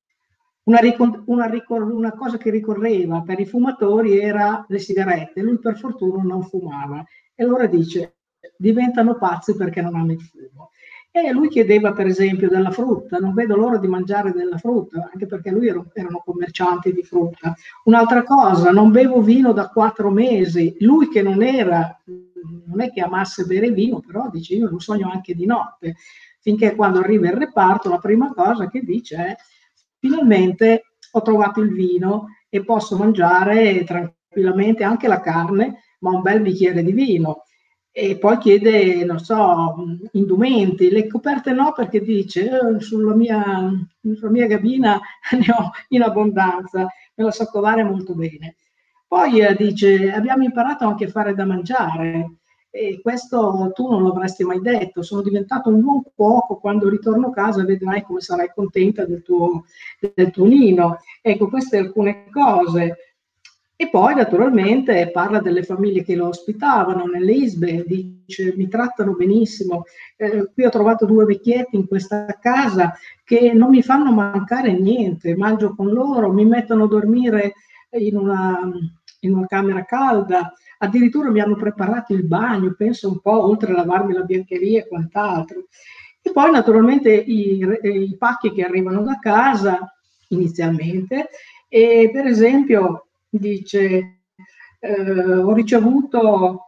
una cosa che ricorreva per i fumatori era le sigarette. Lui per fortuna non fumava e allora dice: diventano pazzi perché non hanno il fumo. E lui chiedeva per esempio della frutta, non vedo l'ora di mangiare della frutta, anche perché lui erano commercianti di frutta. Un'altra cosa, non bevo vino da 4 mesi. Lui che non è che amasse bere vino, però dice: io lo sogno anche di notte. Finché quando arriva il reparto la prima cosa che dice è: finalmente ho trovato il vino e posso mangiare tranquillamente anche la carne, ma un bel bicchiere di vino. E poi chiede, non so, indumenti, le coperte no, perché dice sulla mia cabina ne ho in abbondanza, me la so covare molto bene. Poi dice: abbiamo imparato anche a fare da mangiare. E questo tu non l'avresti mai detto, sono diventato un buon cuoco, quando ritorno a casa vedrai come sarai contenta del tuo Nino. Ecco, queste alcune cose. E poi naturalmente parla delle famiglie che lo ospitavano nelle ISBE, dice: mi trattano benissimo, qui ho trovato 2 vecchietti in questa casa che non mi fanno mancare niente, mangio con loro, mi mettono a dormire in una camera calda, addirittura mi hanno preparato il bagno, penso un po', oltre a lavarmi la biancheria e quant'altro. E poi naturalmente i pacchi che arrivano da casa inizialmente, e per esempio dice: ho ricevuto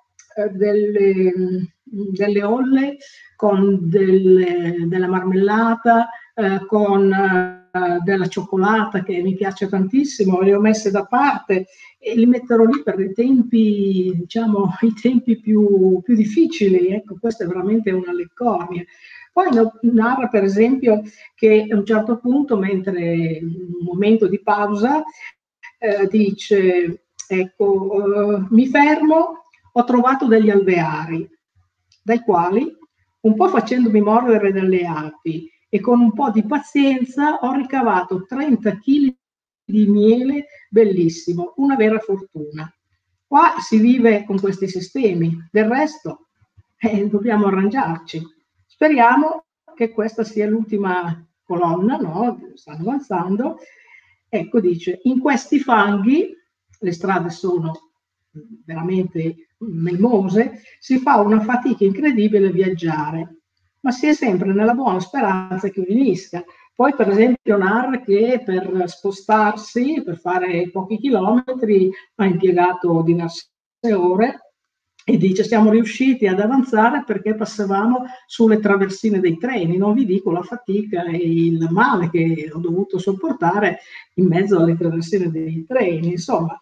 delle olle con della marmellata, con della cioccolata che mi piace tantissimo, le ho messe da parte e li metterò lì per i tempi, diciamo, i tempi più difficili. Ecco, questa è veramente una leccornia. Poi narra per esempio che a un certo punto, mentre in un momento di pausa, dice: ecco, mi fermo, ho trovato degli alveari, dai quali, un po' facendomi mordere dalle api e con un po' di pazienza, ho ricavato 30 kg di miele, bellissimo, una vera fortuna. Qua si vive con questi sistemi, del resto dobbiamo arrangiarci. Speriamo che questa sia l'ultima colonna, no? Stanno avanzando. Ecco, dice: in questi fanghi, le strade sono veramente melmose, si fa una fatica incredibile a viaggiare, ma si è sempre nella buona speranza che finisca. Poi per esempio narra che per spostarsi, per fare pochi chilometri, ha impiegato diverse ore, e dice: siamo riusciti ad avanzare perché passavamo sulle traversine dei treni, non vi dico la fatica e il male che ho dovuto sopportare in mezzo alle traversine dei treni, insomma.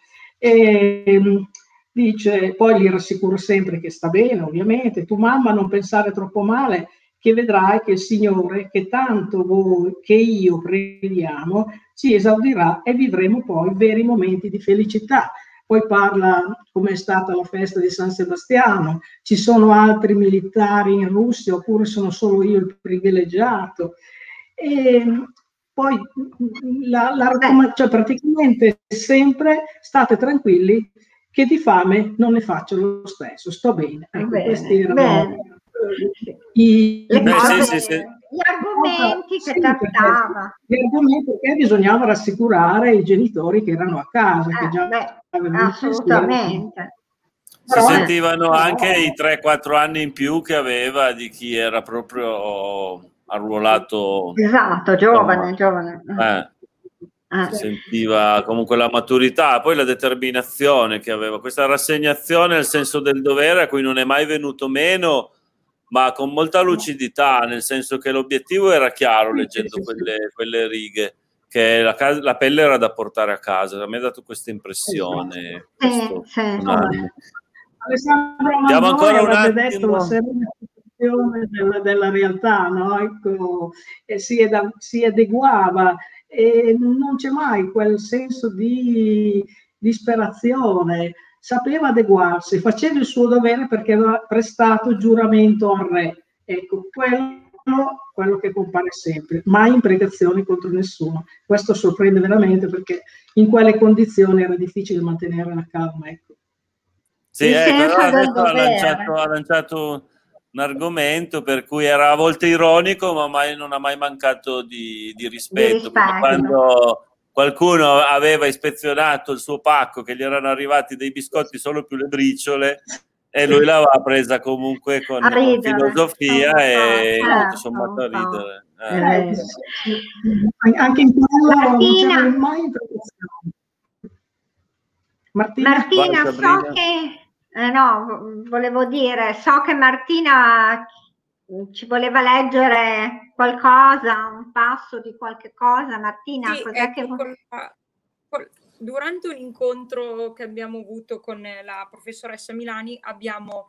Dice, poi gli rassicuro sempre che sta bene, ovviamente: tu mamma non pensare troppo male, che vedrai che il Signore, che tanto voi, che io preghiamo, ci esaudirà e vivremo poi veri momenti di felicità. poi parla come è stata la festa di San Sebastiano, ci sono altri militari in Russia oppure sono solo io il privilegiato. E poi cioè praticamente sempre state tranquilli che di fame non ne faccio lo stesso, sto bene. Ecco, questi erano gli argomenti che trattava. Gli argomenti che bisognava rassicurare i genitori che erano a casa, che già avevano assolutamente. Si sentivano anche i 3-4 anni in più che aveva di chi era proprio arruolato. Esatto, giovane. Sentiva comunque la maturità, poi la determinazione che aveva, questa rassegnazione al senso del dovere a cui non è mai venuto meno, ma con molta lucidità, nel senso che l'obiettivo era chiaro leggendo quelle righe, che la pelle era da portare a casa. A me ha dato questa impressione. Alessandro Manzoni avrebbe detto la serena della realtà, no? Ecco, si adeguava e non c'è mai quel senso di disperazione, sapeva adeguarsi, faceva il suo dovere perché aveva prestato giuramento al re. Ecco, quello che compare sempre, mai imprecazioni contro nessuno. Questo sorprende veramente perché in quelle condizioni era difficile mantenere la calma. Ecco. Sì, però adesso ha lanciato un argomento per cui era a volte ironico, ma non ha mai mancato di rispetto. Come quando qualcuno aveva ispezionato il suo pacco, che gli erano arrivati dei biscotti solo più le briciole, e lui l'aveva presa comunque con filosofia e tutto sommato a ridere. Anche in quello non c'era mai imprecazione. Martina, so che volevo dire, so che Martina ci voleva leggere qualcosa, un passo di qualche cosa. Martina, sì, cos'è ecco, durante un incontro che abbiamo avuto con la professoressa Milani abbiamo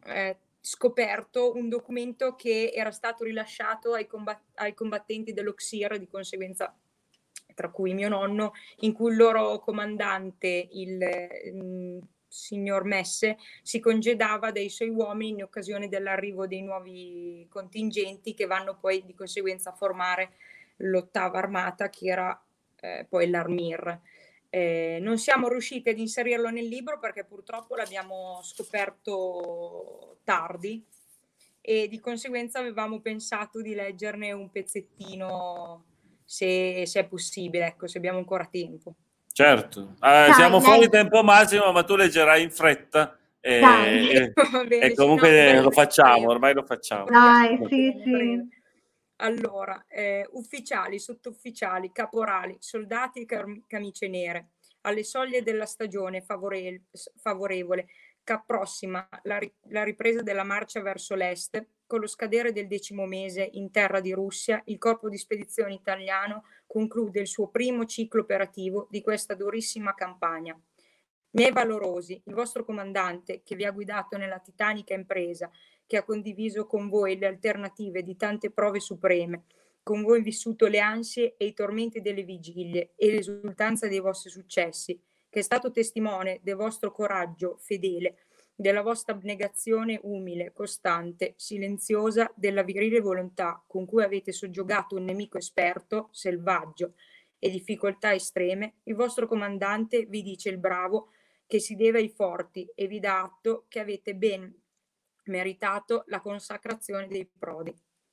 scoperto un documento che era stato rilasciato ai combattenti dell'Oxir, di conseguenza tra cui mio nonno, in cui il loro comandante, il signor Messe, si congedava dai suoi uomini in occasione dell'arrivo dei nuovi contingenti che vanno poi di conseguenza a formare l'8ª armata, che era poi l'Armir. Non siamo riusciti ad inserirlo nel libro perché purtroppo l'abbiamo scoperto tardi e di conseguenza avevamo pensato di leggerne un pezzettino se è possibile, ecco, se abbiamo ancora tempo. Certo, siamo fuori tempo massimo, ma tu leggerai in fretta e comunque lo facciamo, ormai lo facciamo. Dai, sì. Allora, ufficiali, sottufficiali, caporali, soldati e camicie nere, alle soglie della stagione favorevole, che approssima la ripresa della marcia verso l'est, con lo scadere del 10° mese in terra di Russia, il corpo di spedizione italiano conclude il suo primo ciclo operativo di questa durissima campagna. Miei valorosi, il vostro comandante, che vi ha guidato nella titanica impresa, che ha condiviso con voi le alternative di tante prove supreme, con voi vissuto le ansie e i tormenti delle vigilie e l'esultanza dei vostri successi, che è stato testimone del vostro coraggio fedele, della vostra abnegazione umile, costante, silenziosa, della virile volontà con cui avete soggiogato un nemico esperto, selvaggio e difficoltà estreme, il vostro comandante vi dice il bravo che si deve ai forti e vi dà atto che avete ben meritato la consacrazione dei prodi.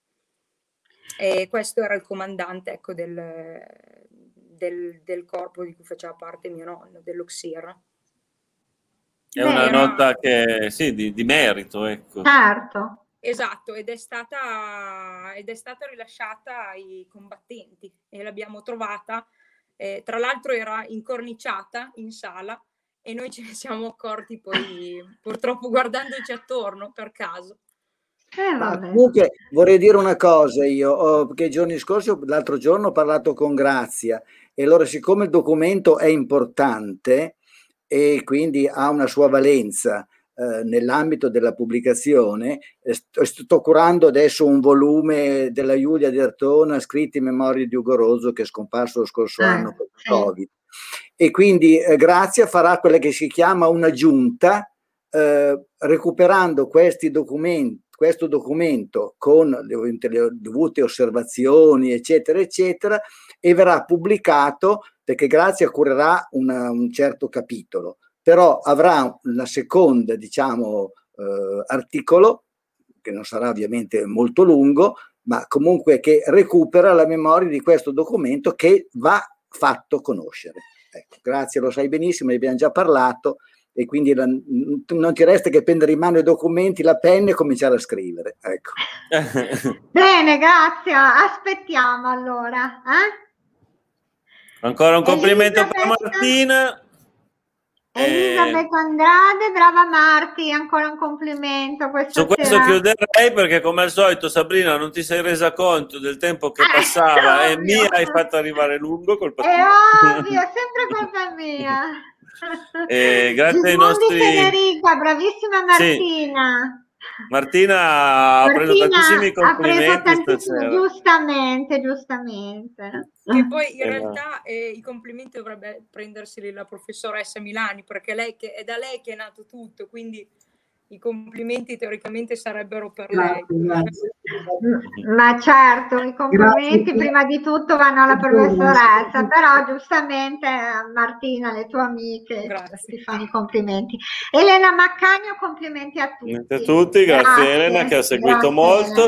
E questo era il comandante, ecco, del corpo di cui faceva parte mio nonno, dell'Oxir. È una nota che di merito, ecco. Certo. Esatto, ed è stata rilasciata ai combattenti e l'abbiamo trovata, tra l'altro era incorniciata in sala e noi ce ne siamo accorti poi purtroppo guardandoci attorno per caso. Comunque vorrei dire una cosa io, che i giorni scorsi, l'altro giorno ho parlato con Grazia e allora siccome il documento è importante e quindi ha una sua valenza nell'ambito della pubblicazione, sto curando adesso un volume della Giulia di Artona scritto in memoria di Ugo Rozzo che è scomparso lo scorso anno per Covid. E quindi Grazia farà quella che si chiama una giunta, recuperando questo documento con le dovute osservazioni, eccetera, eccetera, e verrà pubblicato, perché Grazia curerà un certo capitolo, però avrà una seconda, diciamo, articolo, che non sarà ovviamente molto lungo, ma comunque che recupera la memoria di questo documento che va fatto conoscere. Ecco, Grazia, lo sai benissimo, ne abbiamo già parlato, e quindi non ti resta che prendere in mano i documenti, la penna e cominciare a scrivere. Ecco. Bene, grazie. Aspettiamo allora. Ancora un complimento per Martina. Elisabeth Andrade, brava Marti, ancora un complimento. Su questo chiuderei, perché come al solito, Sabrina, non ti sei resa conto del tempo che passava e mi hai fatto arrivare lungo col partito. È ovvio, è sempre colpa mia. Grazie ai nostri... Federica, bravissima Martina. Sì. Martina ha preso tantissimi complimenti stasera. Giustamente. E poi in realtà i complimenti dovrebbe prenderseli la professoressa Milani, perché è da lei che è nato tutto, quindi i complimenti teoricamente sarebbero per lei. Grazie. Ma certo, i complimenti prima di tutto vanno alla professoressa, però giustamente Martina, le tue amiche ti fanno i complimenti. Elena Maccagno, complimenti a tutti. Grazie Elena che ha seguito molto.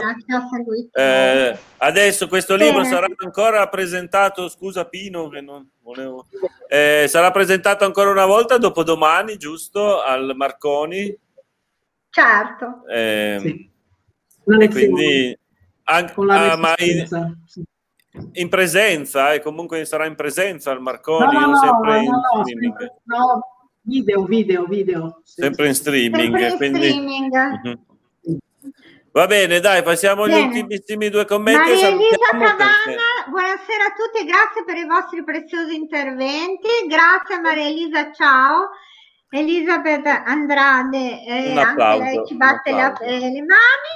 Adesso questo libro sarà ancora presentato, scusa Pino che non volevo, sarà presentato ancora una volta dopodomani, giusto? Al Marconi. Certo. E quindi in presenza, e comunque sarà in presenza al Marconi, video. Sempre in streaming. Streaming. Va bene, dai, passiamo agli ultimissimi due commenti. Maria Elisa Cavanna, buonasera a tutti, grazie per i vostri preziosi interventi. Grazie Maria Elisa, ciao. Elisabeth Andrade, anche lei ci batte le mani.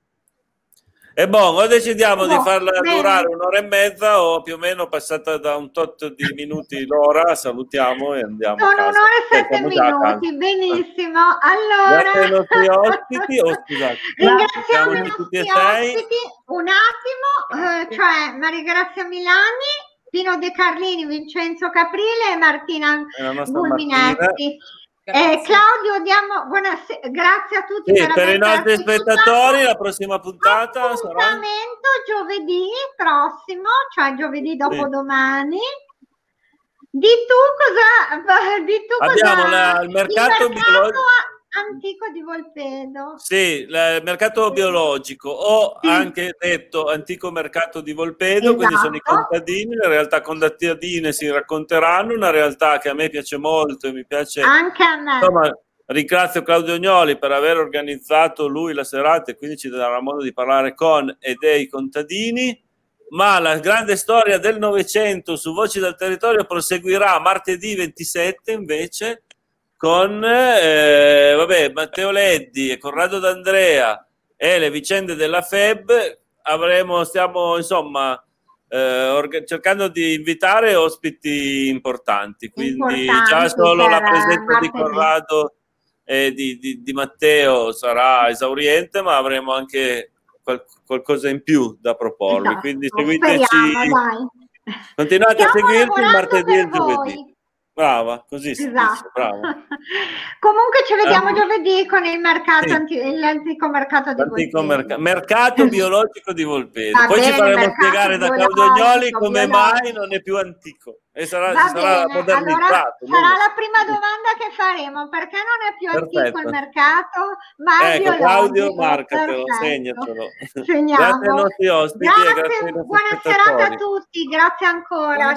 E o decidiamo di farla durare un'ora e mezza o più o meno passata da un tot di minuti l'ora, salutiamo e andiamo Sono a casa. un'ora e 7 minuti, benissimo. Allora, grazie ai nostri ospiti, scusate. Ringraziamo i nostri ospiti un attimo, cioè Maria Grazia Milani, Pino De Carlini, Vincenzo Caprile e Martina Gulminetti. Claudio, grazie a tutti per i nostri spettatori. La prossima puntata appuntamento giovedì prossimo, cioè giovedì dopodomani. Di tu abbiamo il mercato biologico antico di Volpedo. Sì, il mercato biologico o anche detto antico mercato di Volpedo, quindi sono i contadini, le realtà contadine si racconteranno, una realtà che a me piace molto e mi piace anche a me. Insomma, ringrazio Claudio Agnoli per aver organizzato lui la serata e quindi ci darà modo di parlare con e dei contadini, ma la grande storia del Novecento su Voci del Territorio proseguirà martedì 27 invece con Matteo Leddi e Corrado D'Andrea e le vicende della FEB. Stiamo insomma cercando di invitare ospiti importanti, quindi già solo la presenza di Corrado e di Matteo sarà esauriente, ma avremo anche qualcosa in più da proporvi, quindi seguiteci, continuate a seguirci il martedì e il giovedì. Brava, così si dice, brava. Comunque ci vediamo giovedì con il mercato, l'antico mercato di Volpedo. Mercato biologico di Volpedo. Poi ci faremo spiegare da Claudio Agnoli come mai non è più antico e sarà modernizzato. Allora, sarà la prima domanda che faremo, perché non è più antico il mercato, ma è biologico. Claudio, marcatelo, segnatelo. Grazie ai nostri ospiti e grazie ai nostri buona serata a tutti, grazie ancora.